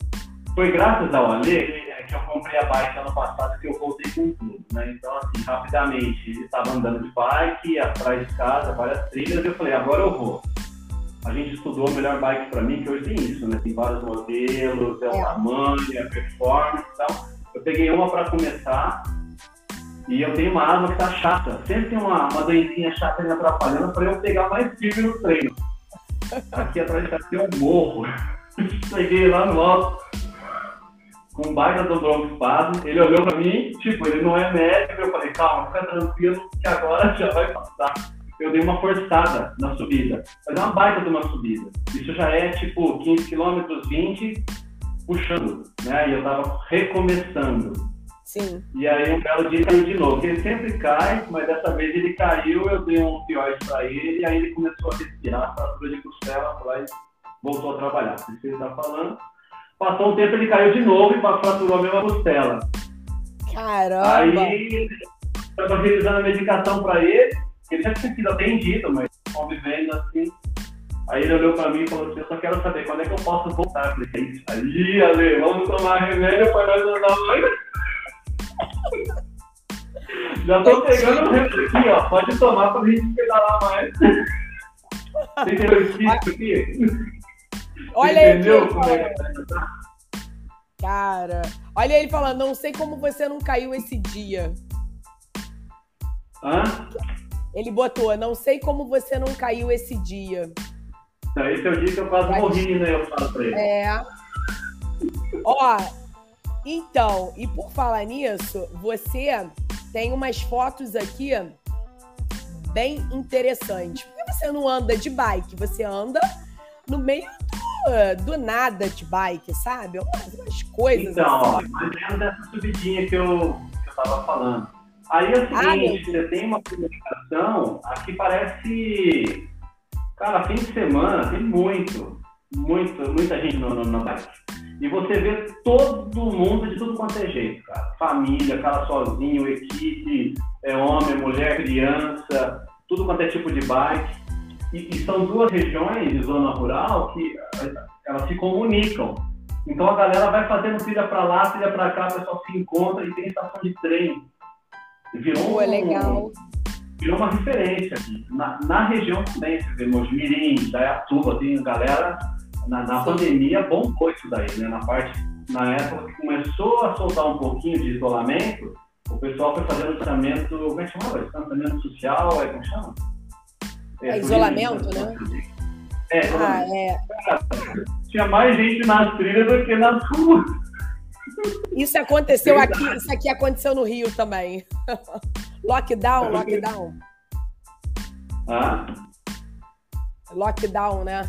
foi graças ao Ale que eu comprei a bike ano passado, que eu voltei com tudo, né? Então, assim, rapidamente, ele estava andando de bike, atrás de casa, várias trilhas, e eu falei, agora eu vou. A gente estudou a melhor bike para mim, que hoje tem isso, né? Tem vários modelos, é o tamanho, a performance e tal. Eu peguei uma para começar, e eu tenho uma asma que tá chata. Sempre tem uma doencinha chata me atrapalhando para eu pegar mais firme no treino. Aqui atrás de casa tem um morro. Cheguei lá no alto, com um baita do broncoespasmo, ele olhou pra mim, tipo, ele não é médico, eu falei, calma, fica tranquilo, que agora já vai passar. Eu dei uma forçada na subida, mas é uma baita de uma subida. Isso já é, tipo, 15 km, 20, puxando, né? E eu tava recomeçando. Sim. E aí, um belo dia, caiu de novo. Ele sempre cai, mas dessa vez ele caiu, eu dei um opioide pra ele, e aí ele começou a respirar, fratura de costela, e voltou a trabalhar. Isso que ele tá falando. Passou um tempo, ele caiu de novo e fraturou a mesma costela. Caramba! Aí, eu estava realizando a medicação para ele já tinha sido atendido, mas convivendo assim. Aí ele olhou para mim e falou assim, eu só quero saber quando é que eu posso voltar. Eu falei, é isso aí, Ale, vamos tomar remédio para nós andar mais. Já tô pegando o remédio aqui, ó, pode tomar para a gente pedalar mais. Você entendeu isso aqui? Olha entendeu aí, como é que tá? Cara, olha ele falando, não sei como você não caiu esse dia. Hã? Ele botou, não sei como você não caiu esse dia. Esse é o dia que eu quase morri, né? Eu falo pra ele. Ó, então, e por falar nisso, você tem umas fotos aqui bem interessantes. Por que você não anda de bike? Você anda no meio do nada de bike, sabe? Umas coisas então, assim. mais ou menos dessa subidinha que eu tava falando. Aí é o seguinte, você tem uma comunicação, aqui parece, cara, fim de semana, tem muita gente na bike. E você vê todo mundo de tudo quanto é jeito, cara. Família, cara sozinho, equipe, homem, mulher, criança, tudo quanto é tipo de bike. E são duas regiões de zona rural que elas se comunicam. Então a galera vai fazendo trilha para lá, trilha para cá, o pessoal se encontra e tem estação de trem. Virou uma referência aqui. Na região também, você vê Mojimirim, Dayatuba, tem galera, na pandemia bombou isso daí, né? Na época que começou a soltar um pouquinho de isolamento, o pessoal foi fazendo distanciamento, como é que chamava? Distanciamento social, como chama? Isolamento, né? Tinha mais gente nas trilhas do que nas ruas. Isso aconteceu aqui, isso aqui aconteceu no Rio também. Lockdown. Lockdown, né?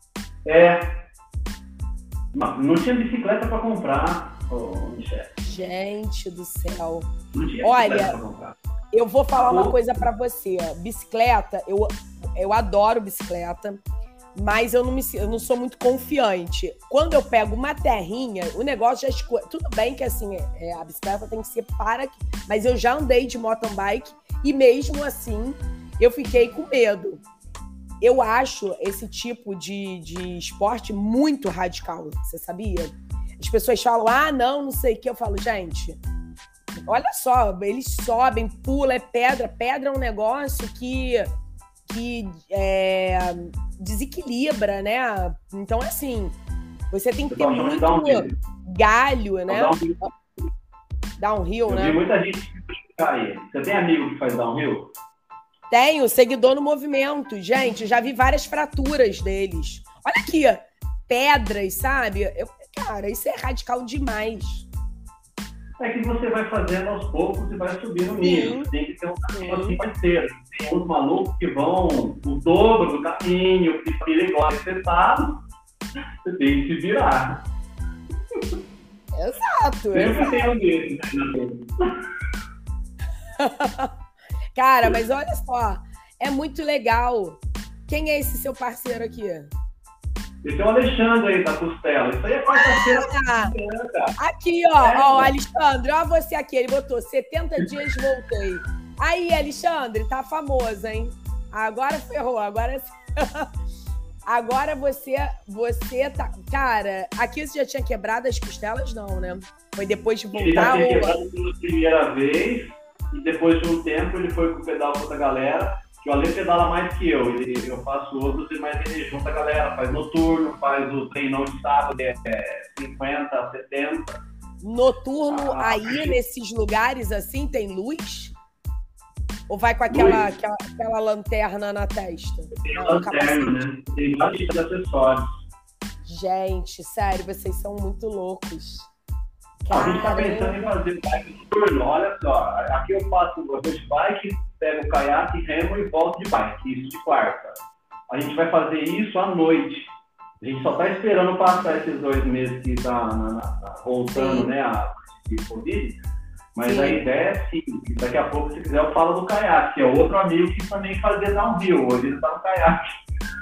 Não tinha bicicleta para comprar, Michele. Gente do céu. Não tinha Olha, eu vou falar uma coisa para você. Bicicleta, eu adoro bicicleta, mas eu não sou muito confiante. Quando eu pego uma terrinha, o negócio já escura. Tudo bem que assim, a bicicleta tem que ser mas eu já andei de mountain bike e mesmo assim eu fiquei com medo. Eu acho esse tipo de esporte muito radical, você sabia? As pessoas falam, não sei o que. Eu falo, gente, olha só, eles sobem, pulam, é pedra. Pedra é um negócio que desequilibra, né? Então, assim, você tem que ter muito galho, né? Downhill, né? Eu vi muita gente que cai. Você tem amigo que faz downhill? Tenho, seguidor no movimento. Gente, já vi várias fraturas deles. Olha aqui, pedras, sabe? Cara, isso é radical demais. É que você vai fazendo aos poucos e vai subindo o nível. Tem que ter um caminho assim parceiro. Tem uns malucos que vão o dobro do caminho, que perigoso acertado. Você tem que se virar. Exato. Sempre tem um desses. Cara, mas olha só, é muito legal. Quem é esse seu parceiro aqui? Esse é o Alexandre aí, da Costela. Isso aí é quarta-feira. Aqui, ó, Alexandre, ó você aqui. Ele botou 70 dias voltei. Aí, Alexandre, tá famoso, hein? Agora ferrou, agora... Agora você tá... Cara, aqui você já tinha quebrado as costelas? Não, né? Foi depois de voltar? Ele já tinha quebrado pela primeira vez, e depois de um tempo ele foi pro pedal com outra galera, que o Ale pedala mais que eu. Eu faço outros, mas ele junta a galera, faz noturno, faz o treinão de sábado, 50, 70. Noturno aí, nesses lugares assim, tem luz? Ou vai com aquela lanterna na testa? Tem lanterna, né? Tem vários acessórios. Gente, sério, vocês são muito loucos. A gente tá pensando em fazer bike noturno. Olha só, aqui eu faço de bike, pego o caiaque, remo e volto de bike. Isso de quarta. A gente vai fazer isso à noite. A gente só tá esperando passar esses 2 meses que tá voltando, né, a Covid. Mas a ideia é sim, daqui a pouco, se quiser, eu falo do caiaque, que é outro amigo que também fazia downhill, hoje ele tá no caiaque.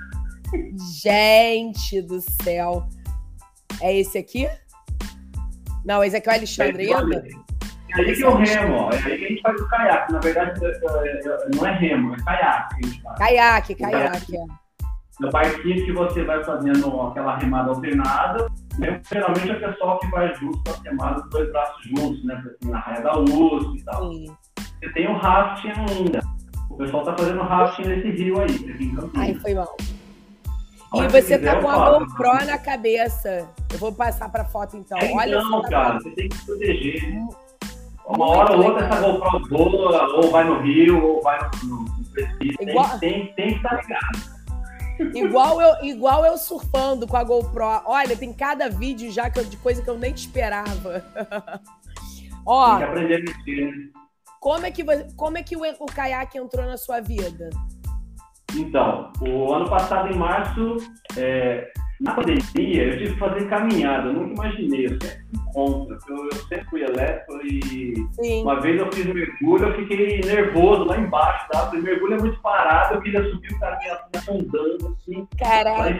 Gente do céu. É esse aqui? Não, esse aqui é o Alexandre ainda? É aí que eu remo, ó. É aí que a gente faz o caiaque. Na verdade, não é remo, é caiaque que a gente faz. Caiaque, é. No barquinho que você vai fazendo aquela remada alternada, né? Geralmente é o pessoal que vai junto com as remadas, os 2 braços juntos, né? Assim, na Raia da Luz e tal. Sim. Você tem o rafting ainda. O pessoal tá fazendo rafting nesse rio aí, aqui em Campinas. Ai, foi mal. E você tá com a GoPro na cabeça. Eu vou passar pra foto então. Olha não, cara, você tem que se proteger. Uma hora ou outra essa GoPro voa, ou vai no rio, ou vai no precipício. Tem que estar ligado. Igual eu surfando com a GoPro. Olha, tem cada vídeo já de coisa que eu nem esperava. Ó, tem que aprender a mexer, né? Como é que o caiaque entrou na sua vida? Então, o ano passado, em março, na pandemia, eu tive que fazer caminhada. Eu nunca imaginei, eu sempre fui contra. Eu sempre fui elétrico e sim. Uma vez eu fiz mergulho, eu fiquei nervoso lá embaixo, tá? O mergulho é muito parado, eu queria subir o caminho andando assim. Caraca,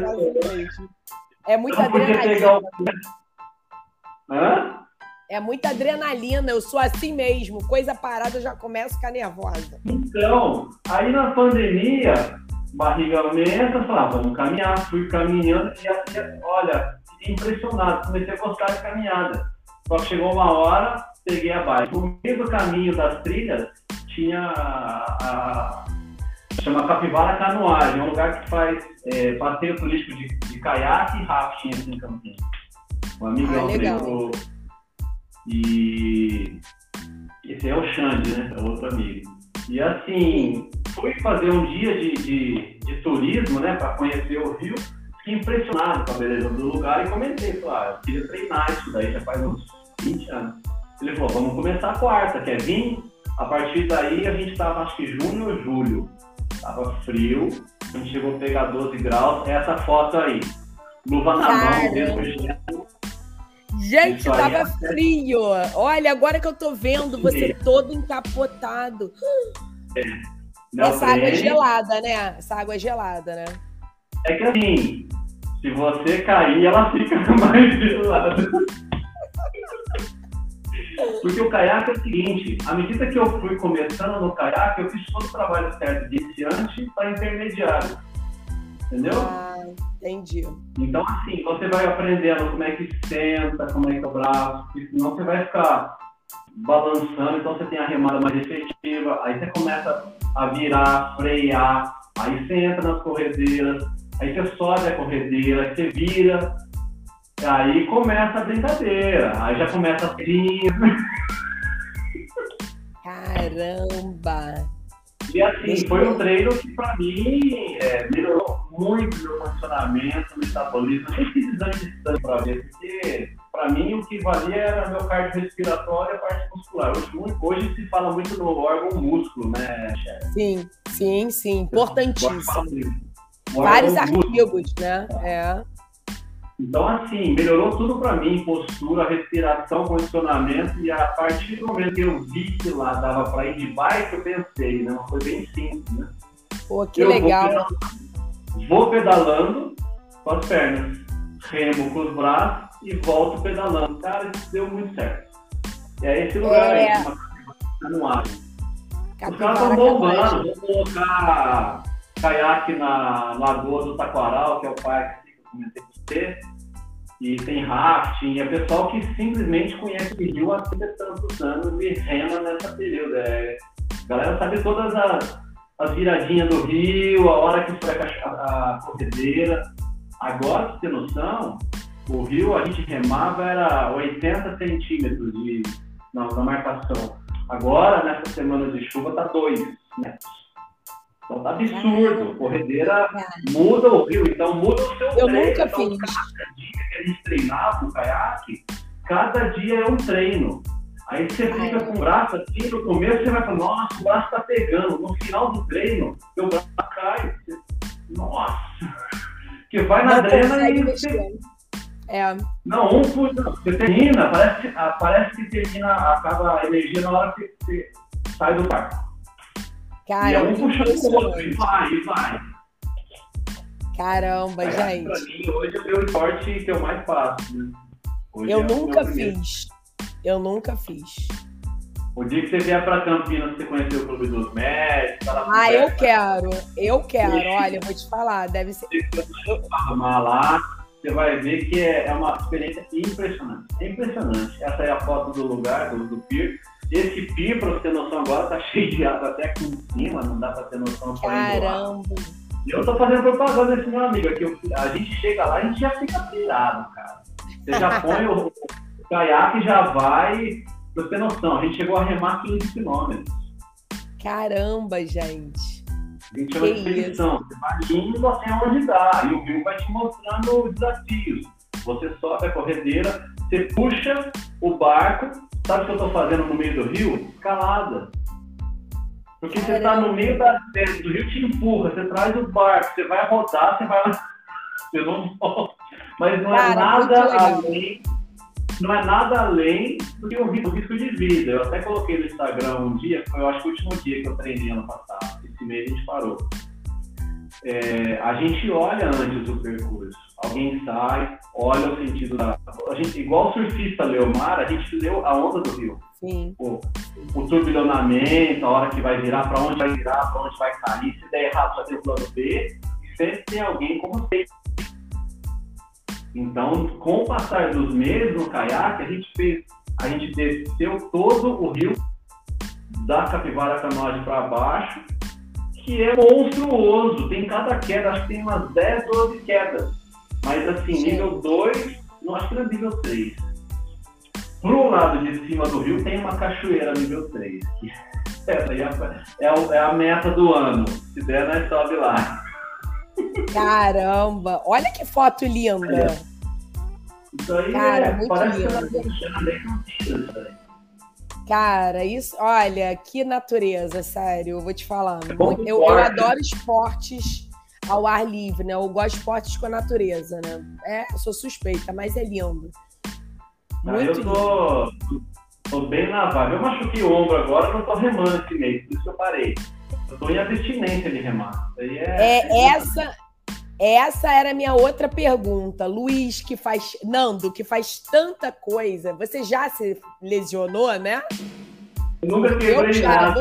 é muita adrenalina. Hã? É muita adrenalina, eu sou assim mesmo. Coisa parada, eu já começo a ficar nervosa. Então, aí na pandemia, barriga aumenta, eu falava, vamos caminhar. Fui caminhando e olha, fiquei impressionado. Comecei a gostar de caminhada. Só que chegou uma hora, peguei a bike. No meio do caminho das trilhas, tinha chama Capivara Canoagem. É um lugar que faz passeio turístico de caiaque e rafting assim, em Campinas. Um amigão meu. E esse é o Xande, né? É outro amigo. E assim, fui fazer um dia de turismo, né? Para conhecer o Rio. Fiquei impressionado com a beleza do lugar e comentei. Falei, eu queria treinar isso daí, já faz uns 20 anos. Ele falou, vamos começar a quarta, quer vir? A partir daí a gente tava, acho que junho ou julho. Tava frio, a gente chegou a pegar 12 graus. Essa foto aí. Luva na mão, mesmo gelo. Gente, tava frio. Olha, agora que eu tô vendo você todo encapotado. Essa água é gelada, né? Essa água é gelada, né? É que assim, se você cair, ela fica mais gelada. Porque o caiaque é o seguinte, à medida que eu fui começando no caiaque, eu fiz todo o trabalho certo de iniciante para intermediário. Entendeu? Entendi. Então, assim, você vai aprendendo como é que senta, como é que é o braço, porque senão você vai ficar balançando, então você tem a remada mais efetiva, aí você começa a virar, frear, aí você entra nas corredeiras, aí você sobe a corredeira, aí você vira, aí começa a brincadeira, aí já começa a trilha. Caramba! E assim, foi um treino que pra mim melhorou muito meu condicionamento, metabolismo. Eu nem fiz exame de sangue pra ver, porque pra mim o que valia era meu cardiorrespiratório e a parte muscular. Hoje se fala muito no órgão músculo, né, chefe? Sim, importantíssimo. Vários artigos, né? Então, assim, melhorou tudo pra mim, postura, respiração, condicionamento, e a partir do momento que eu vi que lá dava pra ir de bike, eu pensei, né? Uma coisa bem simples, né? Pô, que legal. Vou pedalando com as pernas, remo com os braços e volto pedalando. Cara, isso deu muito certo. E é esse lugar aí, uma no ar. Os caras estão bombando, vão colocar caiaque na Lagoa do Taquaral, que é o parque que eu comentei com você, e tem rafting, é pessoal que simplesmente conhece o rio há 30 e tantos anos e rema nessa período. A galera sabe todas as viradinhas do rio, a hora que foi a corredeira. Agora, pra você ter noção, o rio a gente remava era 80 centímetros na marcação. Agora, nessa semana de chuva, tá 2 metros. Então tá absurdo. Corredeira muda o rio, então muda o seu Eu treino. nunca Então, fiz. cada dia que a gente treinava o caiaque, cada dia é um treino. Aí você fica com o braço assim, no começo você vai falar, nossa, o braço tá pegando. No final do treino, seu braço cai. Nossa! Que vai na drena e você... Não, você termina, parece que termina, acaba a energia na hora que você sai do barco. Cara, e é um puxando o outro, e vai. Caramba, gente. Pra mim, hoje é o meu esporte que eu mais faço. Né? Eu nunca fiz. O dia que você vier pra Campinas, você conhecer o Clube dos Médicos. Eu quero. Olha, eu vou te falar, deve ser... Lá, você vai ver que é uma experiência impressionante. É impressionante. Essa é a foto do lugar, do pier. Esse pier, pra você ter noção agora, tá cheio de água até aqui em cima, não dá pra ter noção. Caramba! E eu tô fazendo propaganda desse meu amigo aqui. A gente chega lá e a gente já fica pirado, cara. Você já põe o caiaque e já vai... Pra você ter noção, a gente chegou a remar 15 quilômetros. Caramba, gente. A gente chama de expedição. Você vai indo até onde dá. E o rio vai te mostrando desafios. Você sobe a corredeira, você puxa o barco. Sabe o que eu tô fazendo no meio do rio? Escalada. Porque você tá no meio do rio, te empurra. Você traz o barco, você vai rodar, você vai lá. Você não volta. Mas não é nada além... Não é nada além do que o risco de vida. Eu até coloquei no Instagram um dia, foi eu acho que o último dia que eu treinei ano passado. Esse mês a gente parou. A gente olha antes o percurso. Alguém sai, olha o sentido da... A gente, igual o surfista lê o mar, a gente lê a onda do rio. Sim. O turbilhonamento, a hora que vai virar, para onde vai virar, para onde vai cair. Se der errado, vai ter o plano B. E sempre tem alguém como você. Então, com o passar dos meses no caiaque, a gente desceu todo o rio da Capivara Canoa para baixo, que é monstruoso. Tem cada queda, acho que tem umas 10, 12 quedas. Mas assim, nível 2, não acho que era nível 3. Pro lado de cima do rio tem uma cachoeira nível 3. Que é a meta do ano. Se der, nós sobe lá. Caramba! Olha que foto linda! Isso aí muito parece lindo. Cara, isso, olha, que natureza, sério, eu vou te falar. Eu adoro esportes ao ar livre, né? Eu gosto de esportes com a natureza, né? Eu sou suspeita, mas é lindo. Muito lindo. Tô bem na vibe. Eu machuquei o ombro agora, não tô remando esse mês, por isso que eu parei. Eu tô em abstinência de remar. Essa era a minha outra pergunta. Luiz, Nando, que faz tanta coisa, você já se lesionou, né? Eu nunca quebrei nada.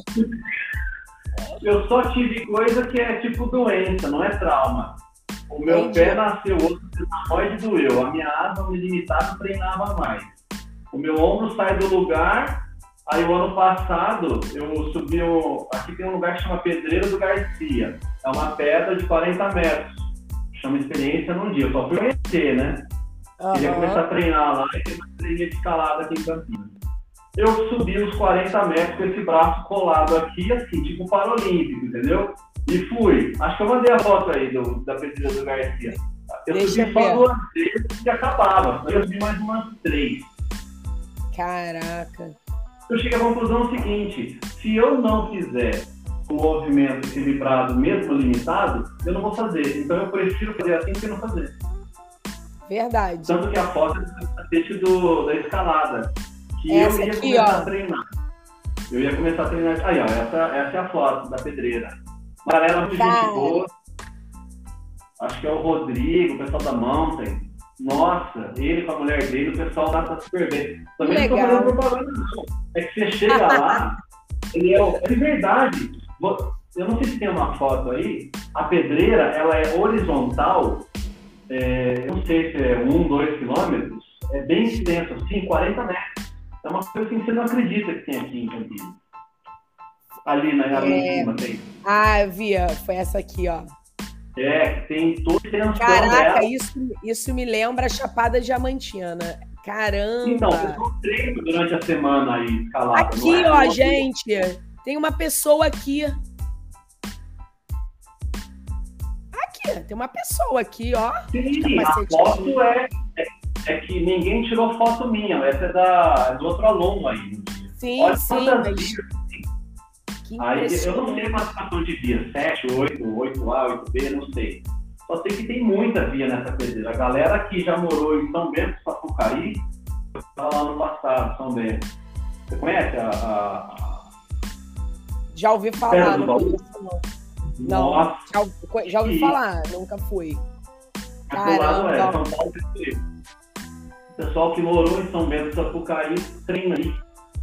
Eu só tive coisa que é tipo doença, não é trauma. O meu pé nasceu, o outro pode doeu. A minha asa limitada treinava mais. O meu ombro sai do lugar. Aí o ano passado eu subi aqui tem um lugar que chama Pedreira do Garcia. É uma pedra de 40 metros. Chama experiência num dia. Eu só fui conhecer, né? Queria começar a treinar lá e ter uma treininha de escalada aqui em Campinas. Eu subi os 40 metros com esse braço colado aqui, assim, tipo paralímpico, entendeu? E fui. Acho que eu mandei a foto aí da Pedreira do Garcia. Eu subi só 2 vezes e acabava. Eu subi mais umas 3. Caraca. Eu cheguei à conclusão seguinte: se eu não fizer o movimento equilibrado, mesmo limitado, eu não vou fazer. Então eu prefiro fazer assim do que não fazer. Verdade. Tanto que a foto é do tapete da escalada. Que essa eu ia aqui, começar a treinar. Eu ia começar a treinar. Aí, ó, essa é a foto da pedreira. Amarela muito gente boa. Acho que é o Rodrigo, o pessoal da Mountain. Nossa, ele com a mulher dele, o pessoal tá super bem. Também não tô fazendo propaganda, não. É que você chega lá, ele é de verdade. eu não sei se tem uma foto aí, a pedreira, ela é horizontal, eu não sei se é 1, 2 quilômetros, é bem extenso, assim, 40 metros. É uma coisa assim que você não acredita que tem aqui em Campinas. Ali em cima tem. Ah, eu vi, foi essa aqui, ó. Tem toda a extensão Caraca, dela. isso me lembra a Chapada Diamantina. Caramba! Então, eu treino durante a semana aí, escalada. Aqui, ó, gente, tem uma pessoa aqui. Aqui, tem uma pessoa aqui, ó. Sim, a foto é que ninguém tirou foto minha. Essa é do outro aluno aí. Sim, olha sim. Aí, eu não sei a classificação de via, 7, 8, 8A, 8B, não sei. Só sei que tem muita via nessa pedreira. A galera que já morou em São Bento, Sapucaí, estava lá no passado, São Bento. Você conhece Já ouvi falar, não conheço, não. Nossa. Já ouvi falar, nunca fui. Caramba. São Paulo. O pessoal que morou em São Bento, Sapucaí, treina aí.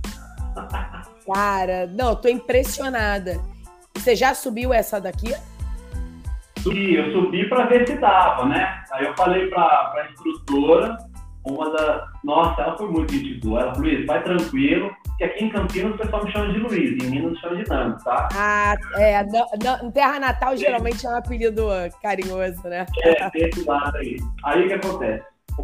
Cara, não, tô impressionada. Você já subiu essa daqui? Eu subi para ver se dava, né? Aí eu falei pra instrutora, nossa, ela foi muito gente boa. Ela falou, Luiz, vai tranquilo, que aqui em Campinas o pessoal me chama de Luiz, em Minas me chama de Nando, tá? Em Terra Natal geralmente é um apelido carinhoso, né? Esse lado aí. Aí o que acontece?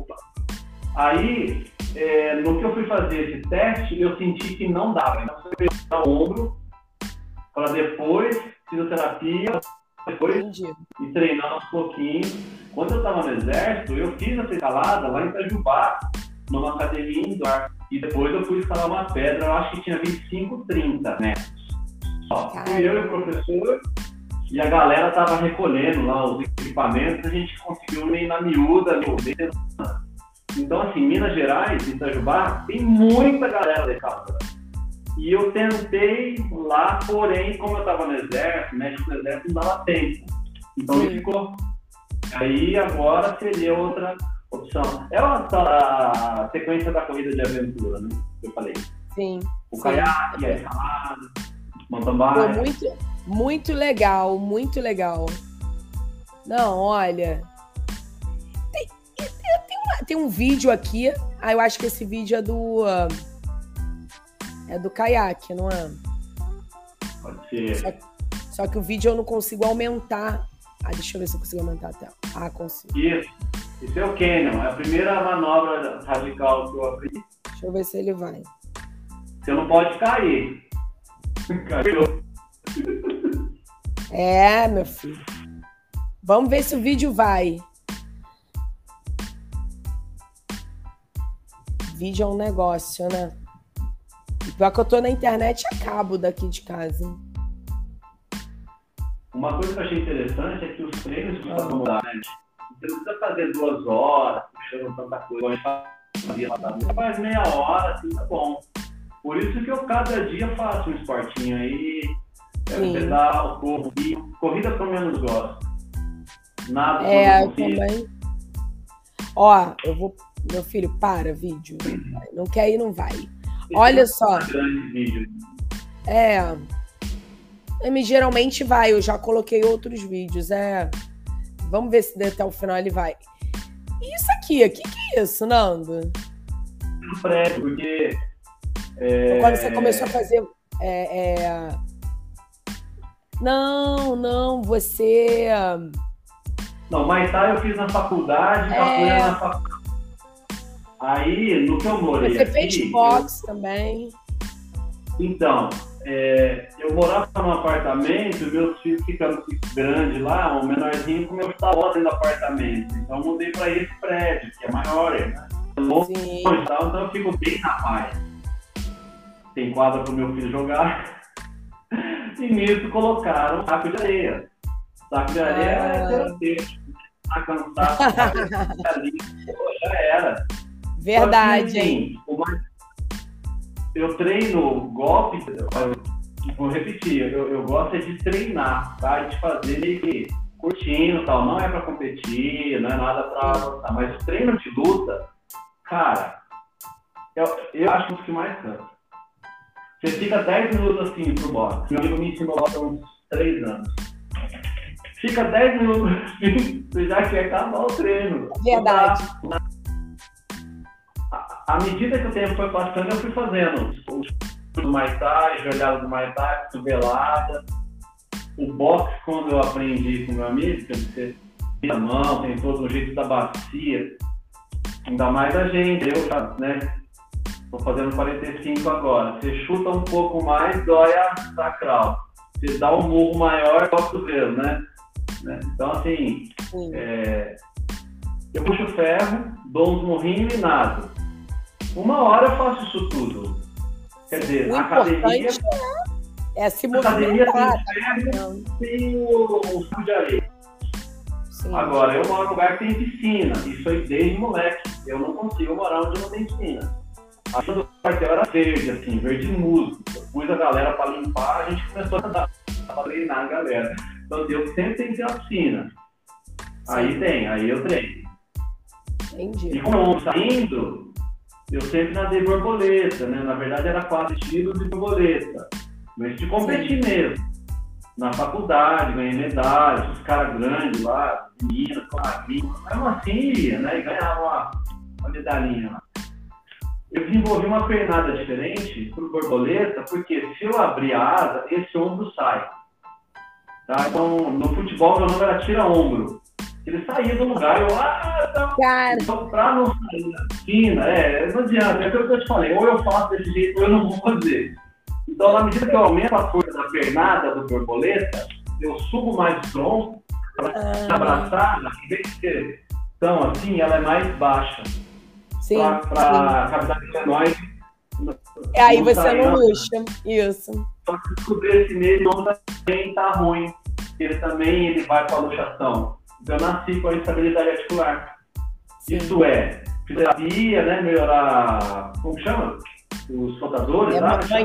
Aí, no que eu fui fazer esse teste, eu senti que não dava. Então, eu fui pegar o ombro, para depois, fisioterapia, depois e treinando aos pouquinhos. Quando eu estava no exército, eu fiz essa escalada lá em Itajubá, numa academia indoor. E depois eu fui escalar uma pedra, eu acho que tinha 25, 30 metros. Fui eu e o professor, e a galera estava recolhendo lá os equipamentos, a gente conseguiu ir na miúda, Então, assim, Minas Gerais, Itajubá, tem muita galera de casa. E eu tentei lá, porém, como eu estava no exército, médico do exército, não dava tempo. Então, ele ficou. Aí, agora seria outra opção. É a sequência da corrida de aventura, né? Que eu falei. Sim. O caiaque, a escalada, mountain bike. Muito, muito legal, muito legal. Não, olha... Tem um vídeo aqui. Eu acho que esse vídeo é do caiaque, não é? Pode ser. Só que o vídeo eu não consigo aumentar. Deixa eu ver se eu consigo aumentar a tela. Consigo. Isso é o Canyon. É a primeira manobra radical que eu aprendi. Deixa eu ver se ele vai. Você não pode cair. Caiu. Meu filho. Vamos ver se o vídeo vai. Vídeo é um negócio, né? E pior que eu tô na internet a cabo daqui de casa. Uma coisa que eu achei interessante é que os treinos costumam mudar, né? Você não precisa fazer 2 horas, puxando tanta coisa. Você faz meia hora, assim, tá bom. Por isso que eu cada dia faço um esportinho aí, pedal, corro. E corrida que eu menos gosto. Nada eu também. Eu vou... Meu filho, para, vídeo. Não quer ir, não vai. Olha só. Geralmente vai, eu já coloquei outros vídeos. Vamos ver se até o final ele vai. E isso aqui, o que é isso, Nando? Um prédio, porque... Quando você começou a fazer... Não, você... Não, Muay Thai eu fiz na faculdade, capoeira na faculdade. Aí, no que eu morei Você fez boxe também? Então, eu morava num apartamento, meus filhos ficaram grandes lá, o menorzinho comeu esta hora dentro do apartamento. Então, eu mudei para esse prédio, que é maior, né? Longe, então eu fico bem na paz. Tem quadra para o meu filho jogar. E nisso colocaram um saco de areia. Saco de areia é terapêutico. Tá cansado, já era. Verdade, que, assim, eu treino golpe, vou repetir, eu gosto de treinar, tá? De fazer meio que curtindo e tal. Não é pra competir, não é nada pra gostar, mas o treino de luta, cara, eu acho que mais cansa. Você fica 10 minutos assim pro boxe. Meu amigo me ensinou uns 3 anos. Fica 10 minutos, você já quer acabar o treino. Verdade. À medida que o tempo foi passando, eu fui fazendo o do Muay Thai, joelhada do Muay Thai, cotovelada. O boxe, quando eu aprendi com meu amigo, que você tem a mão, tem todo o jeito da bacia, ainda mais a gente, eu já, né? Tô fazendo 45 agora. Você chuta um pouco mais, dói a sacral. Você dá um murro maior, dói o cotovelo, né? Então, assim, eu puxo ferro, dou uns murrinhos e nado. 1 hora eu faço isso tudo. Quer dizer, o a academia se movimentar. Tem o suco de areia. Sim. Agora, eu moro num lugar que tem piscina. Isso aí desde moleque. Eu não consigo morar onde não tem piscina. A piscina do quartel era verde, assim, verde musgo. Eu pus a galera para limpar, a gente começou a andar para treinar a galera. Então, eu sempre tenho que ter uma piscina. Sim. Aí eu treino. Entendi. E como saindo, eu sempre nadei borboleta, né? Na verdade, era 4 estilos de borboleta. Mas de competir mesmo. Na faculdade, ganhei medalha, os caras grandes lá, meninas, com magrinhos, mesmo assim ia, né? E ganhava uma medalhinha lá. Eu desenvolvi uma pernada diferente pro borboleta, porque se eu abrir a asa, esse ombro sai. Tá? Então, no futebol, meu nome era tira-ombro. Ele saía do lugar, então, pra não sair na esquina, não adianta, é aquilo que eu te falei, ou eu faço desse jeito ou eu não vou fazer. Então, na medida que eu aumento a força da pernada do borboleta, eu subo mais o tronco para abraçar, em vez de ser tão assim, ela é mais baixa. Sim. Para cavidade menor. Aí você não luxa. Isso. Só que descobrir esse meio também tá ruim. Ele vai para a luxação. Então, eu nasci com a instabilidade articular. Sim. Isso é fisioterapia, né? Melhorar. Como chama? Os rotadores,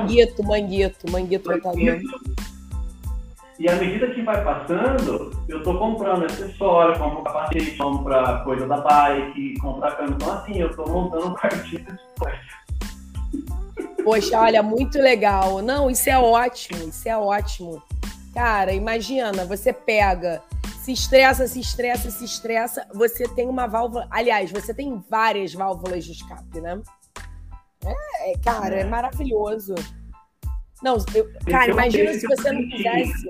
manguito rotador. E à medida que vai passando, eu tô comprando acessório, compro capacete, compro coisa da bike, compro câmera. Então, assim, eu tô montando um quartinho de esporte. Poxa, olha, muito legal. Não, isso é ótimo. Cara, imagina, você pega, se estressa, você tem uma válvula. Aliás, você tem várias válvulas de escape, né? Cara, é maravilhoso. Não, cara, imagina se você não fizesse.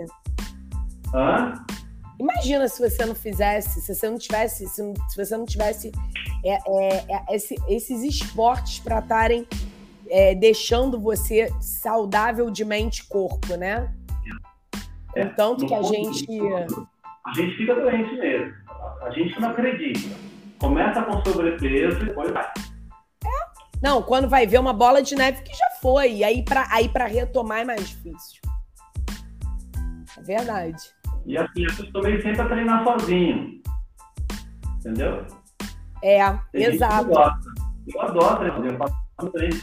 Imagina se você não fizesse, se você não tivesse esses esportes para estarem deixando você saudável de mente e corpo, né? Tanto que a gente fica doente mesmo. A gente não acredita. Começa com sobrepeso e depois vai. Não, quando vai ver uma bola de neve que já foi. E aí pra retomar é mais difícil. É verdade. E assim, eu acostumei sempre a treinar sozinho. Entendeu? Exato. Eu adoro treinar. Eu faço treino.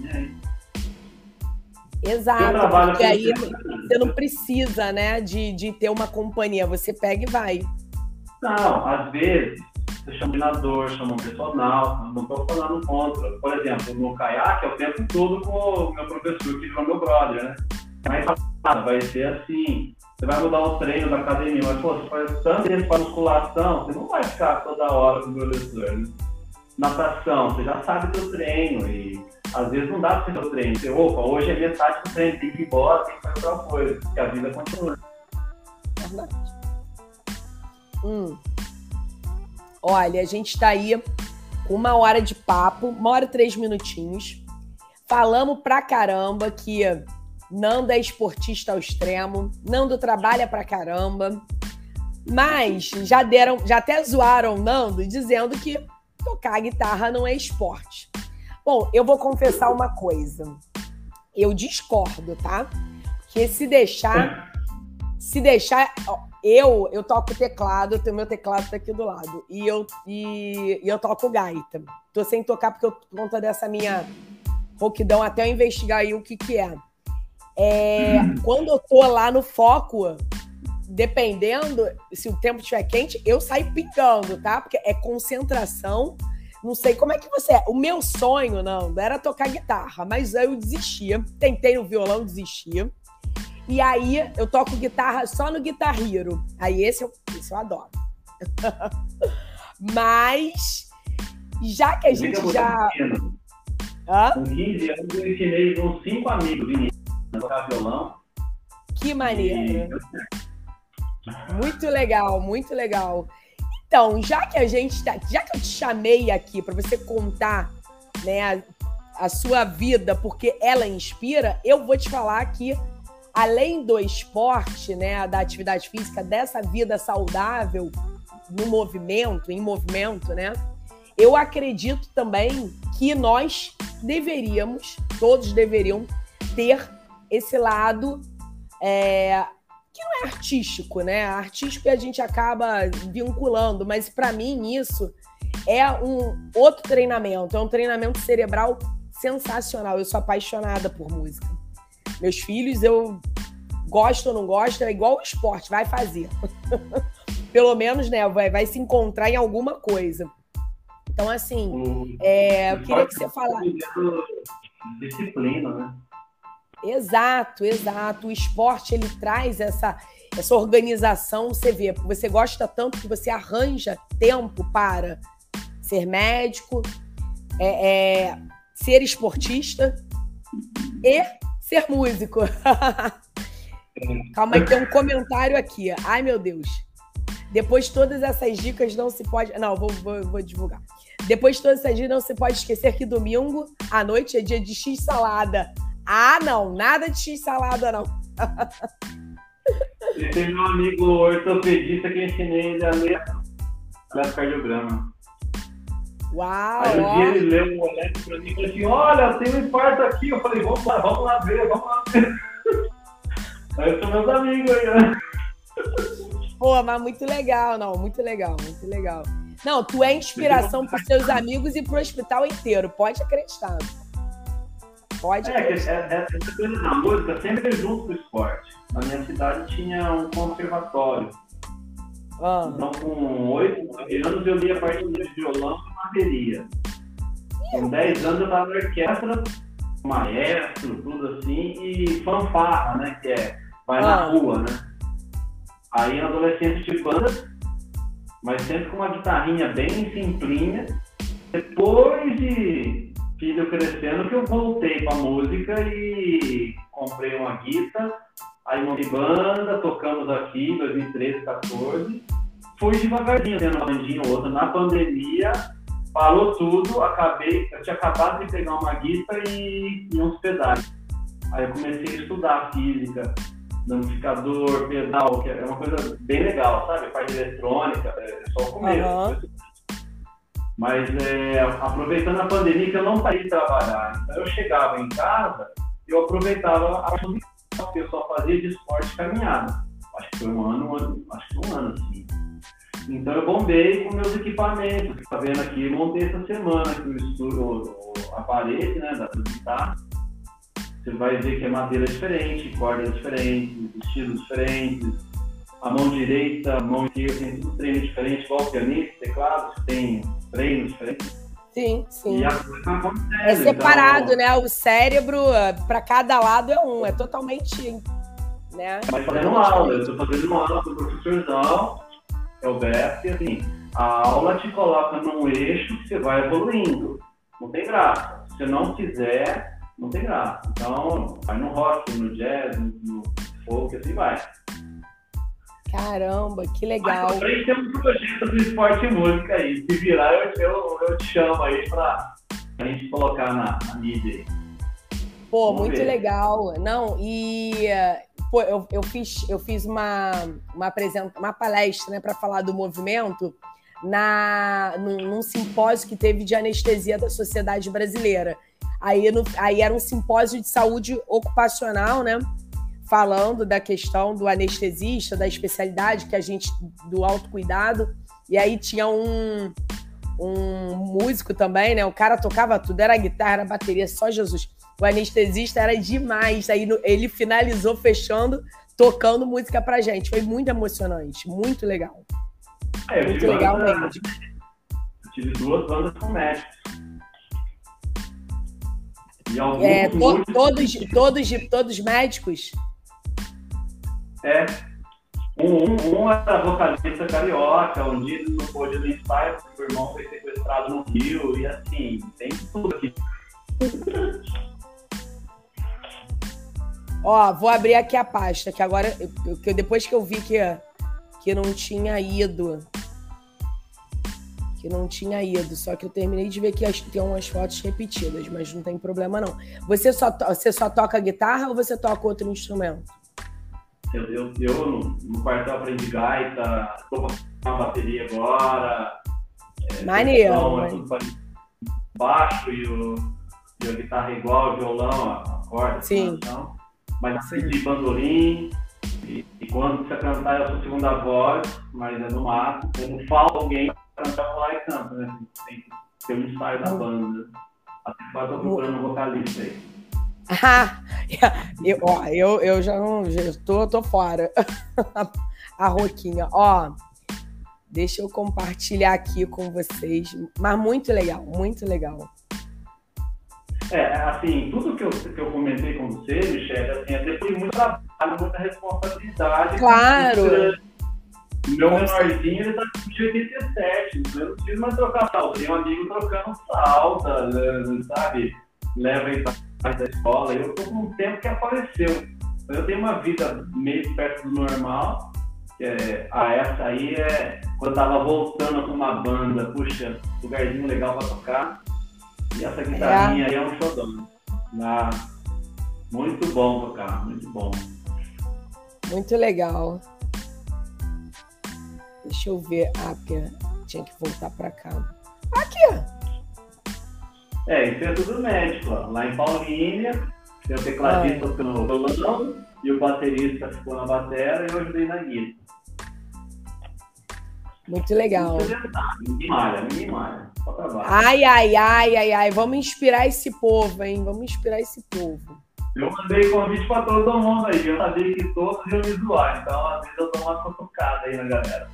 Exato, porque aí você não precisa, né, de ter uma companhia. Você pega e vai. Não, às vezes eu chamo um treinador, chamo um personal, não estou falando contra. Por exemplo, no caiaque, eu o tempo todo com o meu professor, que virou meu brother, né? Mas vai ser assim, você vai mudar o treino da academia, mas pô, você faz tanto tempo para musculação, você não vai ficar toda hora com o professor, né? Natação, você já sabe do seu treino e às vezes não dá para fazer o treino. Você, hoje é metade do treino, tem que ir embora, tem que fazer outra coisa, porque a vida continua. Verdade. Olha, a gente tá aí com 1 hora de papo, 1 hora e 3 minutinhos. Falamos pra caramba que Nando é esportista ao extremo, Nando trabalha pra caramba, mas já até zoaram Nando dizendo que tocar guitarra não é esporte. Bom, eu vou confessar uma coisa. Eu discordo, tá? Porque se deixar... Eu toco teclado, eu tenho meu teclado tá aqui do lado. E eu toco gaita. Tô sem tocar por conta dessa minha rouquidão, até eu investigar aí o que é. Quando eu tô lá no foco, dependendo, se o tempo estiver quente, eu saio pingando, tá? Porque é concentração. Não sei como é que você é. O meu sonho, não, era tocar guitarra, mas eu desistia. Tentei no violão, desistia. E aí eu toco guitarra só no Guitar Hero. Aí esse eu adoro. Mas, já que a gente já... Com 15 anos eu ensinei uns 5 amigos meninos a tocar violão. Que maneiro. Muito legal, muito legal. Então, já que eu te chamei aqui para você contar, né, a sua vida, porque ela inspira, eu vou te falar que, além do esporte, né, da atividade física, dessa vida saudável em movimento, né, eu acredito também que todos deveriam ter esse lado que não é artístico, né? Artístico a gente acaba vinculando, mas para mim isso é um outro treinamento, é um treinamento cerebral sensacional. Eu sou apaixonada por música. Meus filhos, eu gosto ou não gosto, é igual o esporte, vai fazer. Pelo menos, né, vai se encontrar em alguma coisa. Então, assim, eu queria que você falasse... Disciplina, né? Exato. O esporte, ele traz essa organização. Você gosta tanto que você arranja tempo para ser médico, ser esportista e ser músico. Calma aí, tem um comentário aqui. Ai, meu Deus. Depois de todas essas dicas, não se pode... Não, vou divulgar. Depois de todas essas dicas, não se pode esquecer que domingo à noite é dia de X-salada. Ah, não, nada de X-salada, não. E tem meu amigo ortopedista que eu ensinei ele a ler cardiograma. Uau! Aí um dia ele leu um olhar pra mim e falou assim, olha, tem um infarto aqui. Eu falei, vamos lá ver. Aí eu sou meus amigos aí, né? Pô, mas muito legal, não, muito legal. Não, tu é inspiração para os seus amigos e para o hospital inteiro, pode acreditar. Essa coisa da música sempre junto com o esporte. Na minha cidade tinha um conservatório. Então, com 8, 9 anos, eu lia a parte de violão e bateria. Com 10 anos, eu estava na orquestra, maestro, tudo assim, e fanfarra, né? Que vai na rua, né? Aí, na adolescência, tive banda, mas sempre com uma guitarrinha bem simplinha. Depois de filho crescendo, que eu voltei pra música e comprei uma guitarra. Aí montei banda, tocamos aqui, 2013, 2014. Fui devagarzinho, tendo uma bandinha ou outra. Na pandemia, parou tudo, eu tinha acabado de pegar uma guitarra e uns pedais. Aí eu comecei a estudar física, amplificador, pedal, que é uma coisa bem legal, sabe? A parte eletrônica, é só o começo. Mas aproveitando a pandemia, que eu não saí de trabalhar, então eu chegava em casa e eu aproveitava a parte que eu só fazia de esporte caminhada. Acho que foi um ano assim. Então eu bombei com meus equipamentos, que tá vendo aqui, montei essa semana aqui o estúdio, a parede, né, da guitarra. Você vai ver que é madeira diferente, cordas diferentes, estilos diferentes. A mão direita, a mão esquerda tem tudo treino diferente, igual o pianista, teclado, tem treinos diferentes. Sim. E a coisa acontece, é separado, então, né? O cérebro, para cada lado é totalmente, né? Mas fazendo aula, eu estou fazendo uma aula com o professorzão, é o Beto, e assim, a aula te coloca num eixo que você vai evoluindo. Não tem graça. Se você não quiser, não tem graça. Então, vai no rock, no jazz, no folk, assim vai. Caramba, que legal. Mas também tem um projeto do esporte e música aí. Se virar, eu te chamo aí pra gente colocar na mídia aí. Pô, vamos muito ver. Legal. Não, e pô, eu fiz uma palestra, né, para falar do movimento num simpósio que teve de anestesia da Sociedade Brasileira. Aí era um simpósio de saúde ocupacional, né? Falando da questão do anestesista, da especialidade do autocuidado. E aí tinha um músico também, né? O cara tocava tudo, era guitarra, era bateria, só Jesus. O anestesista era demais. Aí ele finalizou fechando, tocando música pra gente. Foi muito emocionante, muito legal. Muito legal mesmo. Eu tive 2 bandas com médicos. E todos médicos? É. Um era vocalista carioca, um dia ele não pôde ir no ensaio, porque o irmão foi sequestrado no Rio, e assim, tem tudo aqui. Ó, vou abrir aqui a pasta, que agora, depois que eu vi que não tinha ido. Só que eu terminei de ver que tem umas fotos repetidas, mas não tem problema não. Você só toca guitarra ou você toca outro instrumento? Eu no quartel aprendi gaita, estou com uma bateria agora. Maneiro. Baixo e a guitarra igual, o violão, a corda. Sim. Mas aprendi bandolim. E quando precisa cantar, eu sou segunda voz, mas é no mato. Quando falta alguém, cantar, eu vou lá e canto, né? Tem que ter um ensaio da banda. Até agora eu tô procurando um vocalista aí. Eu já não. Tô fora. A Roquinha. Ó, deixa eu compartilhar aqui com vocês. Mas muito legal, muito legal. Assim, tudo que eu comentei com você, Michele, assim, é depois de muito trabalho, muita responsabilidade. Claro! O meu menorzinho, ele tá com 87, eu não preciso mais trocar fralda. Tem um amigo trocando fralda, sabe? Leva ele para da escola. Eu tô com um tempo que apareceu. Eu tenho uma vida meio perto do normal, que essa aí é quando eu tava voltando com uma banda, puxa, lugarzinho legal para tocar. E essa guitarrinha aí é um xodão. Muito bom tocar, muito bom. Muito legal. Deixa eu ver. Porque tinha que voltar pra cá. Aqui! Isso é tudo médico, ó. Lá em Paulínia, tem o tecladista tocando no violão e o baterista ficou na bateria e eu ajudei na guia. Muito legal. Ninguém malha. Só trabalho. Ai. Vamos inspirar esse povo, hein? Eu mandei convite pra todo mundo aí. Eu sabia que todos iam me zoar. Então, às vezes, eu dou uma cutucada aí na galera.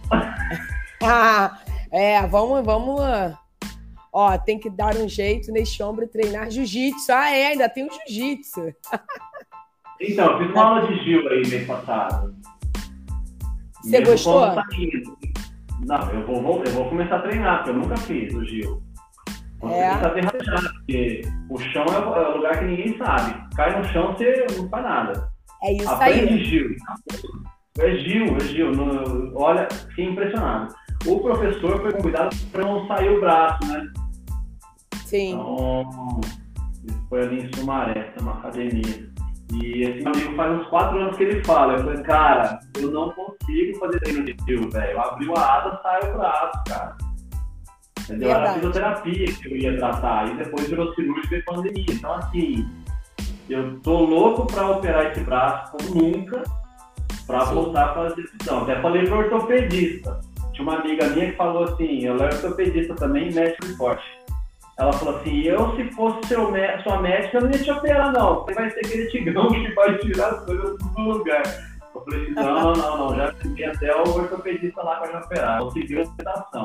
Vamos. Ó, tem que dar um jeito neste ombro e treinar jiu-jitsu. Ainda tem o jiu-jitsu. Então, eu fiz uma aula de Gil aí mês passado. Você gostou? Não, eu vou começar a treinar, porque eu nunca fiz o Gil. Vou começar a treinar, porque o chão é o lugar que ninguém sabe. Cai no chão, você não faz nada. É isso Aprende aí. Gil. É Gil. Olha, fiquei impressionado. O professor foi convidado para não sair o braço, né? Sim. Então, foi ali em Sumaré, uma academia. E esse meu amigo faz uns 4 anos que ele fala. Eu falei, cara, eu não consigo fazer treino de Gil, velho. Eu abri uma asa, sai o braço, cara. Entendeu? Era fisioterapia que eu ia tratar. E depois virou cirúrgica e pandemia. Então, assim, eu tô louco pra operar esse braço como nunca, pra voltar a fazer execução. Até falei pro ortopedista. Tinha uma amiga minha que falou assim, ela é ortopedista também, médico de esporte. Ela falou assim, se fosse sua médica, eu não ia te operar, não. Você vai ser aquele tigrão que vai tirar as coisas do lugar. Eu falei assim, não. Já segui até o ortopedista lá para me operar. Eu segui a orientação.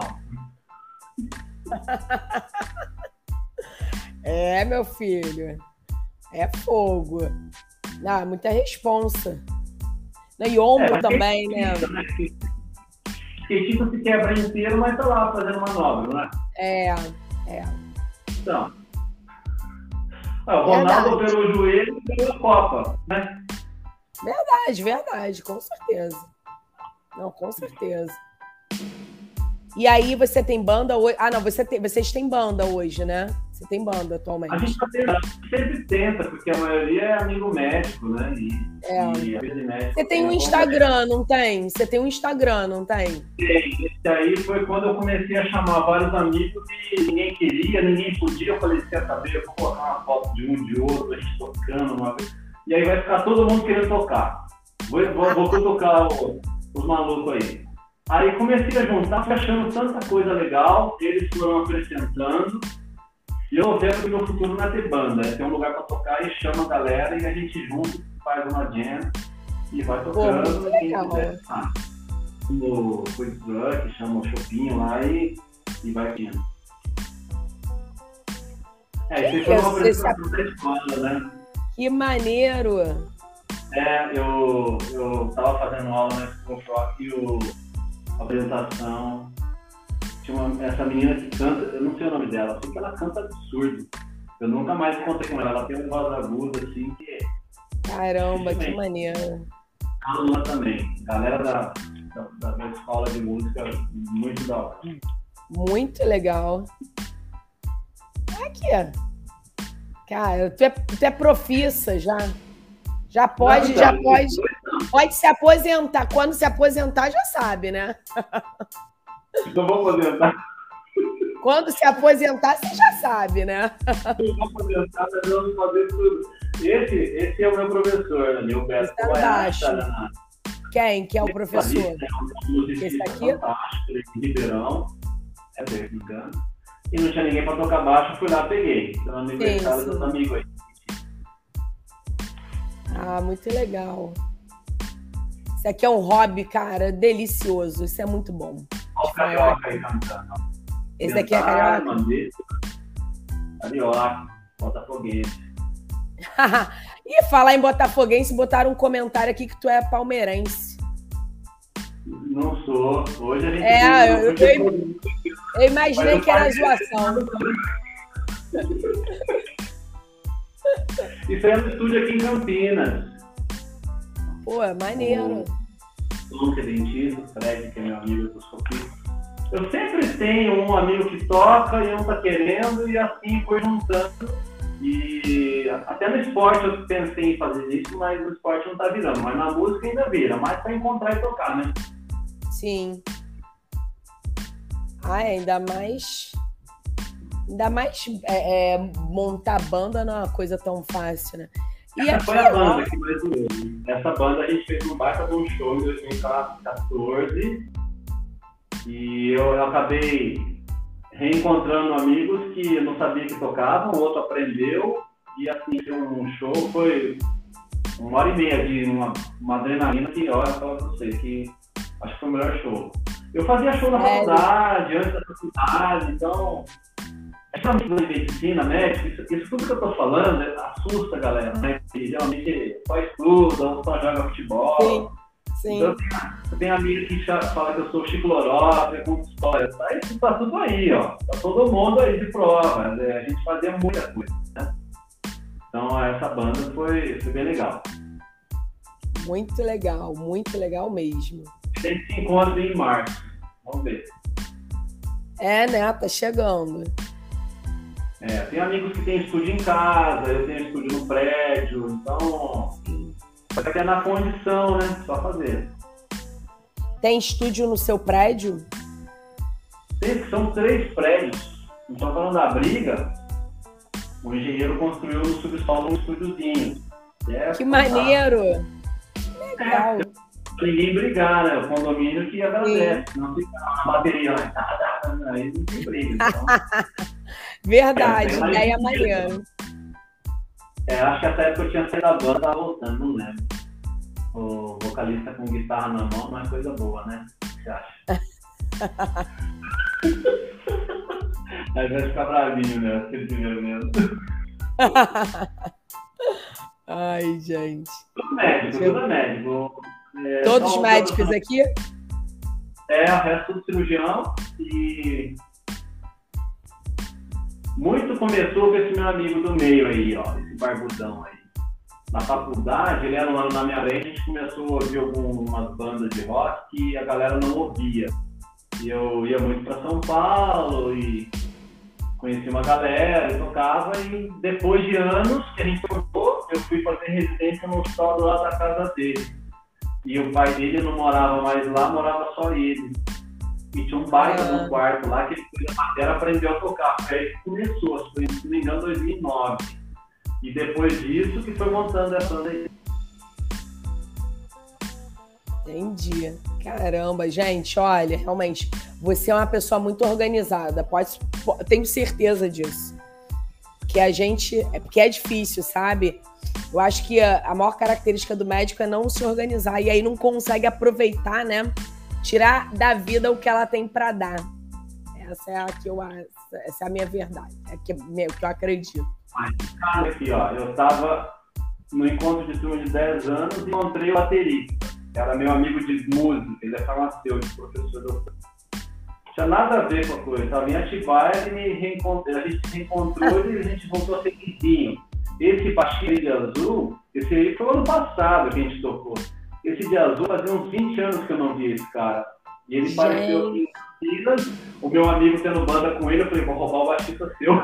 Meu filho. É fogo. Muita responsa. E ombro também, né? Skatista se quebra inteiro, mas tá lá fazendo manobra, né? Então, o Ronaldo operou o joelho e ganhou a Copa, né? Verdade, com certeza. Não, com certeza. E aí você tem banda hoje? Vocês têm banda hoje, né? Você tem banda atualmente? A gente sempre tenta, porque a maioria é amigo médico, né? Você tem um Instagram, não tem? Tem. Esse aí foi quando eu comecei a chamar vários amigos e ninguém queria, ninguém podia. Eu falei, quer saber? Eu vou colocar uma foto de um, de outro, a gente tocando uma vez. E aí vai ficar todo mundo querendo tocar. Vou tocar os malucos aí. Aí comecei a juntar, fui achando tanta coisa legal, eles foram acrescentando. E eu vendo que meu futuro não é ter banda, é ter um lugar para tocar e chama a galera e a gente junto faz uma jam e vai tocando. No food truck, chama o Chopinho lá e vai vindo. Isso foi uma apresentação da escola, né? Que maneiro! Eu tava fazendo aula na School of Rock e a apresentação tinha essa menina que canta, eu não sei o nome dela, sei que ela canta absurdo. Eu nunca mais encontrei com ela. Ela tem um voz aguda, assim, que... Caramba, que maneiro. A aluna também. Galera da minha escola de música, muito da hora. Muito legal. Aqui, cara, tu é profissa já. Já pode se aposentar. Quando se aposentar, já sabe, né? Então vou aposentar. Quando se aposentar, você já sabe, né? Eu vou aposentar, mas vamos fazer tudo. Esse é o meu professor, né? O Beto Baixo. Quem que é o professor? Esse aqui? Fantástico, de Ribeirão. É bem, me engano. E não tinha ninguém para tocar baixo, fui lá, peguei. Então, aniversário dos amigos aí. Ah, muito legal. Isso aqui é um hobby, cara, delicioso. Isso é muito bom. Olha o carioca aí cantando. Esse daqui é carioca? Carioca, botafoguense. E falar em botafoguense, botaram um comentário aqui que tu é palmeirense. Não sou. Hoje a gente... Eu imaginei que era zoação. Isso é no estúdio aqui em Campinas. Pô, é maneiro. O Tom, que é dentista, o Fred, que é meu amigo do Sofista. Eu sempre tenho um amigo que toca e um tá querendo, e assim foi juntando. E até no esporte eu pensei em fazer isso, mas no esporte não tá virando. Mas na música ainda vira, mais pra encontrar e tocar, né? Sim. Ainda mais montar banda não é uma coisa tão fácil, né? E essa foi a banda que mais durou. Essa banda a gente fez um baita de um show em 2014 e eu acabei reencontrando amigos que eu não sabia que tocavam, o outro aprendeu e assim, um show foi 1h30 de uma adrenalina que, olha, eu falo pra você, que acho que foi o melhor show. Eu fazia show na faculdade, antes da faculdade, então... Essa medicina, médico, isso tudo que eu tô falando assusta a galera, né? Que geralmente só estuda ou só joga futebol. Sim, sim. Então, eu tenho amiga que fala que eu sou Chico Loró, que conta história. Isso tá tudo aí, ó. Tá todo mundo aí de prova. A gente fazia muita coisa, né? Então, essa banda foi bem legal. Muito legal mesmo. A gente se encontra em março. Vamos ver. É, né? Tá chegando. Tem amigos que têm estúdio em casa, eu tenho estúdio no prédio, então é na condição, né? Só fazer. Tem estúdio no seu prédio? São 3 prédios. Então, falando da briga, o engenheiro construiu no subsolo um estúdiozinho. Que maneiro! Legal. Ninguém brigar, né? O condomínio que agradece. Não fica na bateria, aí não tem briga. Então... Verdade, ideia maneira. Acho que até que eu tinha saído da banda, tava voltando, não lembro. O vocalista com guitarra na mão não é coisa boa, né? O que você acha? Aí vai ficar bravinho, né? Aquele primeiro mesmo. Ai, gente. Tudo médico. Todos médicos aqui? O resto tudo cirurgião e... Muito começou com esse meu amigo do meio aí, ó, esse barbudão aí. Na faculdade, ele era um ano na minha frente, a gente começou a ouvir algumas bandas de rock que a galera não ouvia. E eu ia muito para São Paulo e conheci uma galera, tocava, e depois de anos que a gente tocou, eu fui fazer residência no hospital do lado da casa dele. E o pai dele não morava mais lá, morava só ele. E tinha um baita no quarto lá que ele foi na matéria, aprendeu a tocar. Foi aí que começou, foi, se não me engano, 2009. E depois disso que foi montando essa banda aí. Entendi. Caramba, gente, olha, realmente, você é uma pessoa muito organizada, tenho certeza disso. Porque é difícil, sabe? Eu acho que a maior característica do médico é não se organizar e aí não consegue aproveitar, né? Tirar da vida o que ela tem para dar. Essa é a minha verdade, é o que eu acredito. Mas, cara, aqui, ó, eu tava no encontro de turma de 10 anos, encontrei o baterista, que era meu amigo de música, ele é farmacêutico, professor doutor. Tinha nada a ver com a coisa, estava em Atibaia, a gente se reencontrou e a gente voltou a ser vizinho. Esse baixinho de azul, esse aí foi o ano passado que a gente tocou. Esse de azul fazia uns 20 anos que eu não vi esse cara. E ele apareceu aqui em Campinas, o meu amigo tendo banda com ele, eu falei, vou roubar o baixista seu.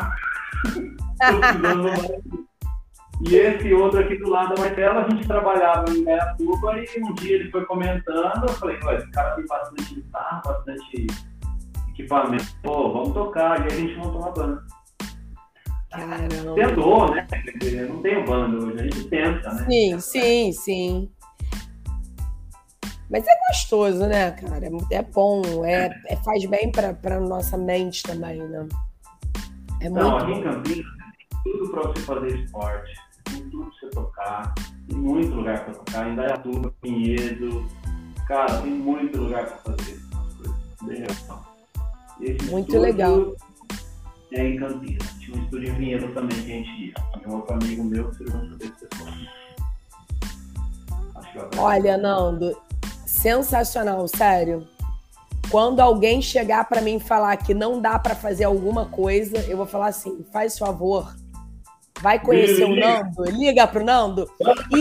E esse outro aqui do lado da Martela, a gente trabalhava em Indaiatuba e um dia ele foi comentando, eu falei, esse cara tem bastante guitarra, bastante equipamento, pô, vamos tocar. E a gente montou uma banda. Caramba. Tentou, né? Não tenho banda hoje, a gente tenta, né? Sim. Mas é gostoso, né, cara? É bom, faz bem pra nossa mente também, né? Não, aqui em Campinas tem tudo pra você fazer esporte, tem tudo pra você tocar, tem muito lugar pra tocar, em Indaiatuba, Vinhedo, cara, tem muito lugar pra fazer as coisas. Bem legal. Muito legal. É em Campinas. Tinha um estúdio em Vinhedo também que a gente ia. Um outro amigo meu, segurança desse pessoal. Olha, Nando, sensacional, sério. Quando alguém chegar para mim e falar que não dá para fazer alguma coisa, eu vou falar assim, faz favor, vai conhecer o Nando, liga pro Nando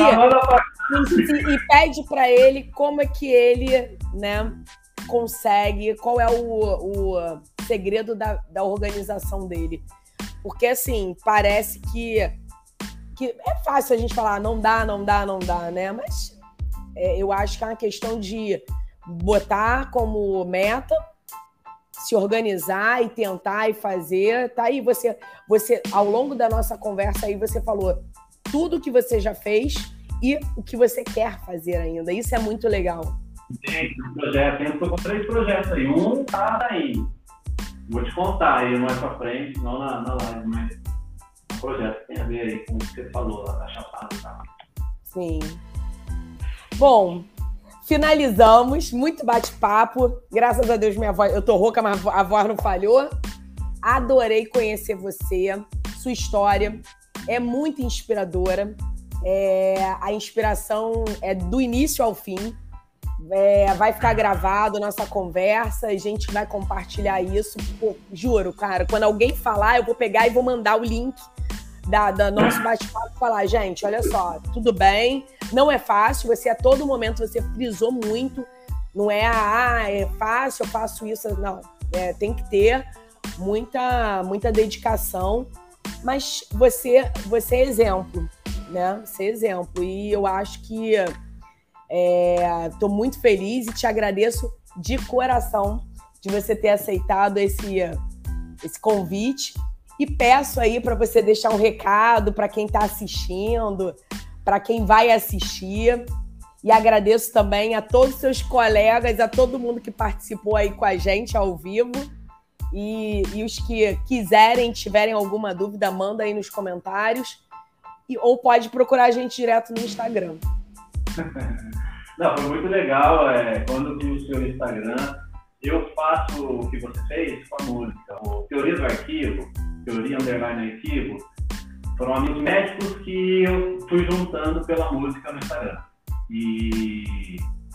e pede para ele como é que ele, né, consegue, qual é o segredo da organização dele. Porque, assim, parece que é fácil a gente falar não dá, né? Mas eu acho que é uma questão de botar como meta, se organizar e tentar e fazer. Tá aí, você, ao longo da nossa conversa aí, você falou tudo que você já fez e o que você quer fazer ainda. Isso é muito legal. Tem um projeto, eu tô com 3 projetos aí. Um tá aí. Vou te contar aí mais pra frente, não na live, mas o projeto tem a ver aí com o que você falou lá da Chapada e tal. Sim. Bom, finalizamos. Muito bate-papo. Graças a Deus, minha voz... Eu tô rouca, mas a voz não falhou. Adorei conhecer você, sua história. É muito inspiradora. A inspiração é do início ao fim. Vai ficar gravado nossa conversa, a gente vai compartilhar isso. Pô, juro, cara, quando alguém falar, eu vou pegar e vou mandar o link da nosso bate-papo e falar, gente, olha só, tudo bem, não é fácil, você a todo momento, você frisou muito, não é, é fácil, eu faço isso, não, tem que ter muita dedicação, mas você é exemplo, né? Você é exemplo, e eu acho que estou muito feliz e te agradeço de coração de você ter aceitado esse convite e peço aí para você deixar um recado para quem está assistindo, para quem vai assistir, e agradeço também a todos os seus colegas, a todo mundo que participou aí com a gente ao vivo, e os que quiserem, tiverem alguma dúvida, manda aí nos comentários, ou pode procurar a gente direto no Instagram. Não, foi muito legal. Quando eu vi o seu Instagram, eu faço o que você fez com a música. O Teoria do Arquivo, Teoria Underline Arquivo, foram amigos médicos que eu fui juntando pela música no Instagram. E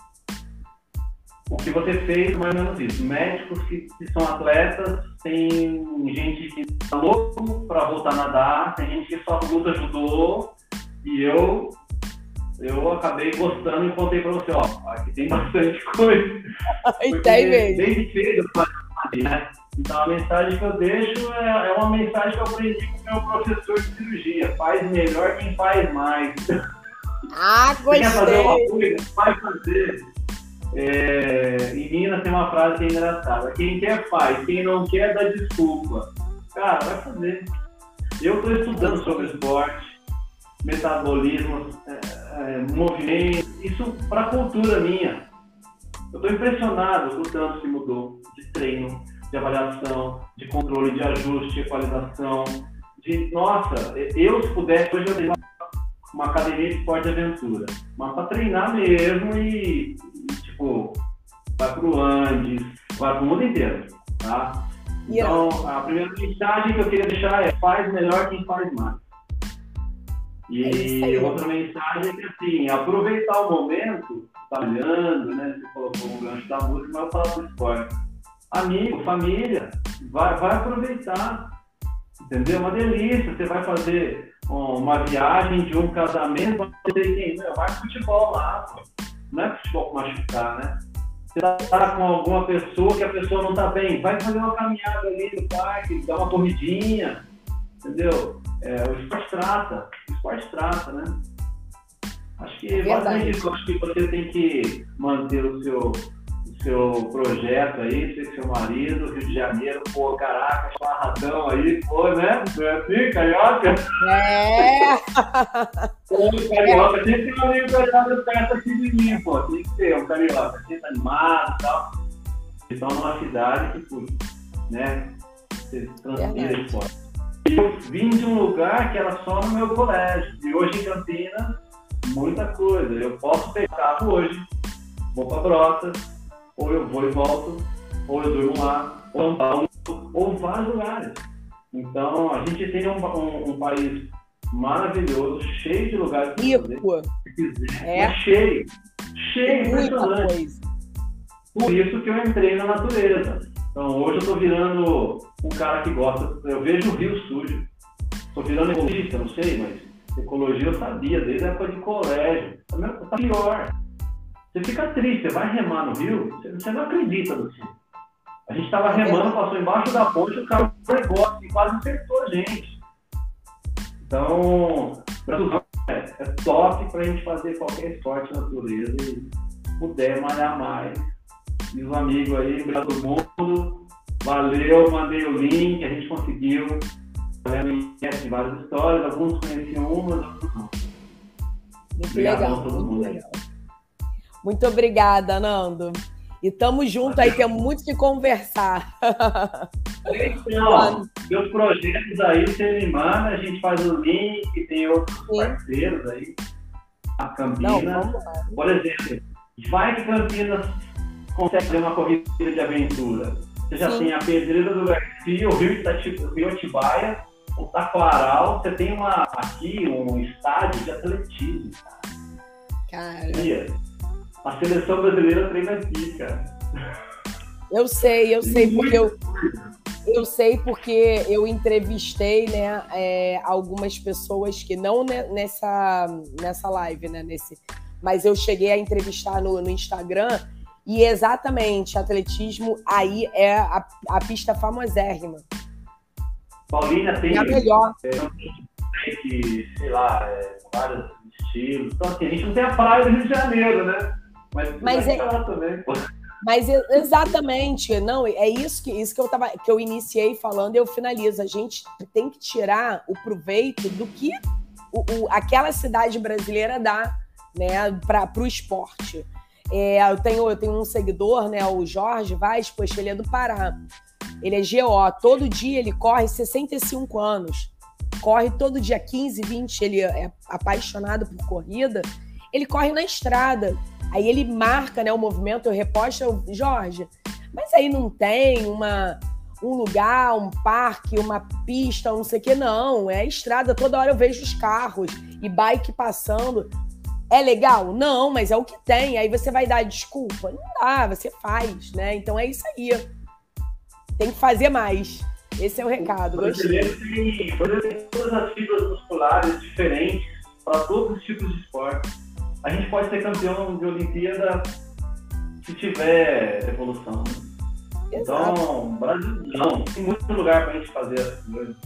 o que você fez, mais ou menos isso. Médicos que são atletas, tem gente que tá louco para voltar a nadar, tem gente que só luta judô, e eu acabei gostando e contei pra você, aqui tem bastante coisa. Tem mesmo. Desde cedo eu faço, né? Então a mensagem que eu deixo é uma mensagem que eu aprendi com o meu professor de cirurgia. Faz melhor quem faz mais. Gostei. Quer fazer uma coisa? Vai fazer. Em Minas tem uma frase que é engraçada. Quem quer faz, quem não quer dá desculpa. Cara, vai fazer. Eu estou estudando sobre esporte, metabolismo, movimento, isso para a cultura minha. Eu estou impressionado com o tanto que mudou de treino, de avaliação, de controle, de ajuste, de equalização. Nossa, eu se pudesse, hoje eu tenho uma academia de esporte de aventura, mas para treinar mesmo e tipo, vai pro Andes, vai pro mundo inteiro, tá? Então, a primeira mensagem que eu queria deixar é: faz melhor quem faz mais. E outra mensagem é que, assim, aproveitar o momento, trabalhando, né? Você colocou o gancho da música, mas eu falo do esporte. Amigo, família, vai aproveitar, entendeu? Uma delícia. Você vai fazer uma viagem de um casamento, vai pro futebol lá, pô. Não é futebol para machucar, né? Você tá com alguma pessoa que a pessoa não tá bem, vai fazer uma caminhada ali no parque, dar uma corridinha, entendeu? O esporte trata, né? Acho que basicamente isso. Acho que você tem que manter o seu projeto aí, você, seu marido, Rio de Janeiro, pô, caraca, farradão aí, pô, né? Não é assim, carioca? Pô, carioca, tem que ter um amigo carioca perto aqui de mim, pô, tem que ter um carioca, sempre animado e tal. Então, numa cidade que, né, você transpira esporte. Eu vim de um lugar que era só no meu colégio, e hoje em Campinas, muita coisa. Eu posso pegar carro hoje, vou pra Brotas, ou eu vou e volto, ou eu durmo lá, ou vários lugares. Então, a gente tem um país maravilhoso, cheio de lugares para fazer. É cheio, impressionante. Por isso que eu entrei na natureza. Então, hoje eu estou virando um cara que gosta, eu vejo o rio sujo. Estou virando ecologista, não sei, mas ecologia eu sabia, desde a época de colégio. Está pior. Você fica triste, você vai remar no rio, você não acredita no rio. A gente estava remando, passou embaixo da ponte, o cara pegou e quase acertou a gente. Então, é top para a gente fazer qualquer esporte na natureza e puder malhar mais. E os amigos aí, obrigado a todo mundo. Valeu, mandei o link, a gente conseguiu. Conhece várias histórias, alguns conheciam umas, outros não. Muito legal, muito legal. Muito obrigada, Nando. E tamo junto aí, temos muito que conversar. Então, meus projetos aí, você me manda, a gente faz o link, tem outros parceiros aí. A Campinas, por exemplo, vai que Campinas consegue fazer uma corrida de aventura. Você já tem a Pedreira do Garcia, o Rio Atibaia, o Taquaral, você tem aqui um estádio de atletismo. Cara. A seleção brasileira treina aqui, cara. Eu sei, porque eu entrevistei, né, algumas pessoas que não nessa live, né, mas eu cheguei a entrevistar no Instagram e exatamente, atletismo aí é a pista famosérrima. Paulínia tem a melhor. Sei lá, vários estilos. Então, assim, a gente não tem a praia do Rio de Janeiro, né? Mas lá também, pô. Mas exatamente, não, é isso que eu iniciei falando e eu finalizo. A gente tem que tirar o proveito do que aquela cidade brasileira dá, né, para o esporte. Eu tenho um seguidor, né, o Jorge Vaz, poxa, ele é do Pará. Ele é GO, todo dia ele corre 65 anos. Corre todo dia 15, 20, ele é apaixonado por corrida. Ele corre na estrada. Aí ele marca, né, o movimento, eu reposto, Jorge, mas aí não tem um lugar, um parque, uma pista, não sei o que, não. É a estrada, toda hora eu vejo os carros e bike passando. É legal? Não, mas é o que tem. Aí você vai dar desculpa? Não dá, você faz, né? Então é isso aí. Tem que fazer mais. Esse é o recado. O brasileiro tem todas as fibras musculares diferentes para todos os tipos de esporte. A gente pode ser campeão de Olimpíada se tiver evolução. Exato. Então, Brasil não. Tem muito lugar para a gente fazer essas coisas.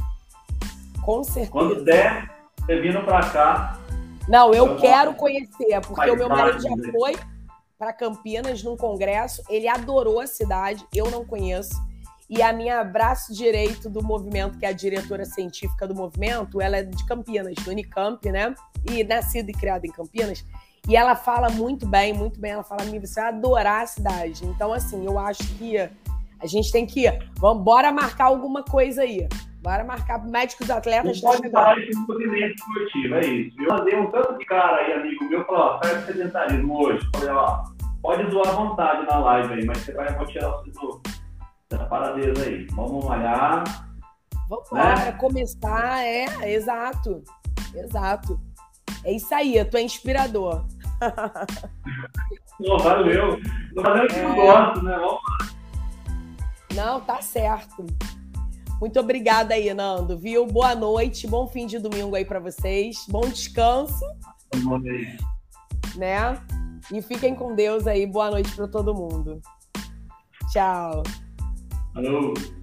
Com certeza. Quando der, você vindo para cá. Não, eu quero conhecer, porque o meu marido já foi para Campinas num congresso, ele adorou a cidade, eu não conheço. E a minha braço direito do movimento, que é a diretora científica do movimento, ela é de Campinas, do Unicamp, né? E nascida e criada em Campinas. E ela fala muito bem, ela fala, você vai adorar a cidade. Então, assim, eu acho que a gente tem que ir. Bora marcar alguma coisa aí. Bora marcar médicos atletas. Não pode falar isso no movimento esportivo, é isso. Eu mandei um tanto de cara aí, amigo meu, falou, faz sedentarismo hoje. Falei, pode zoar à vontade na live aí, mas você vou tirar o dessa paradeza aí. Vamos malhar. Vamos lá, para começar, exato. É isso aí, tu é inspirador. Pô, valeu. Tô fazendo o que eu gosto, né? Vamos lá. Não, tá certo. Muito obrigada aí, Nando, viu? Boa noite, bom fim de domingo aí para vocês, bom descanso, né? E fiquem com Deus aí, boa noite para todo mundo. Tchau. Alô.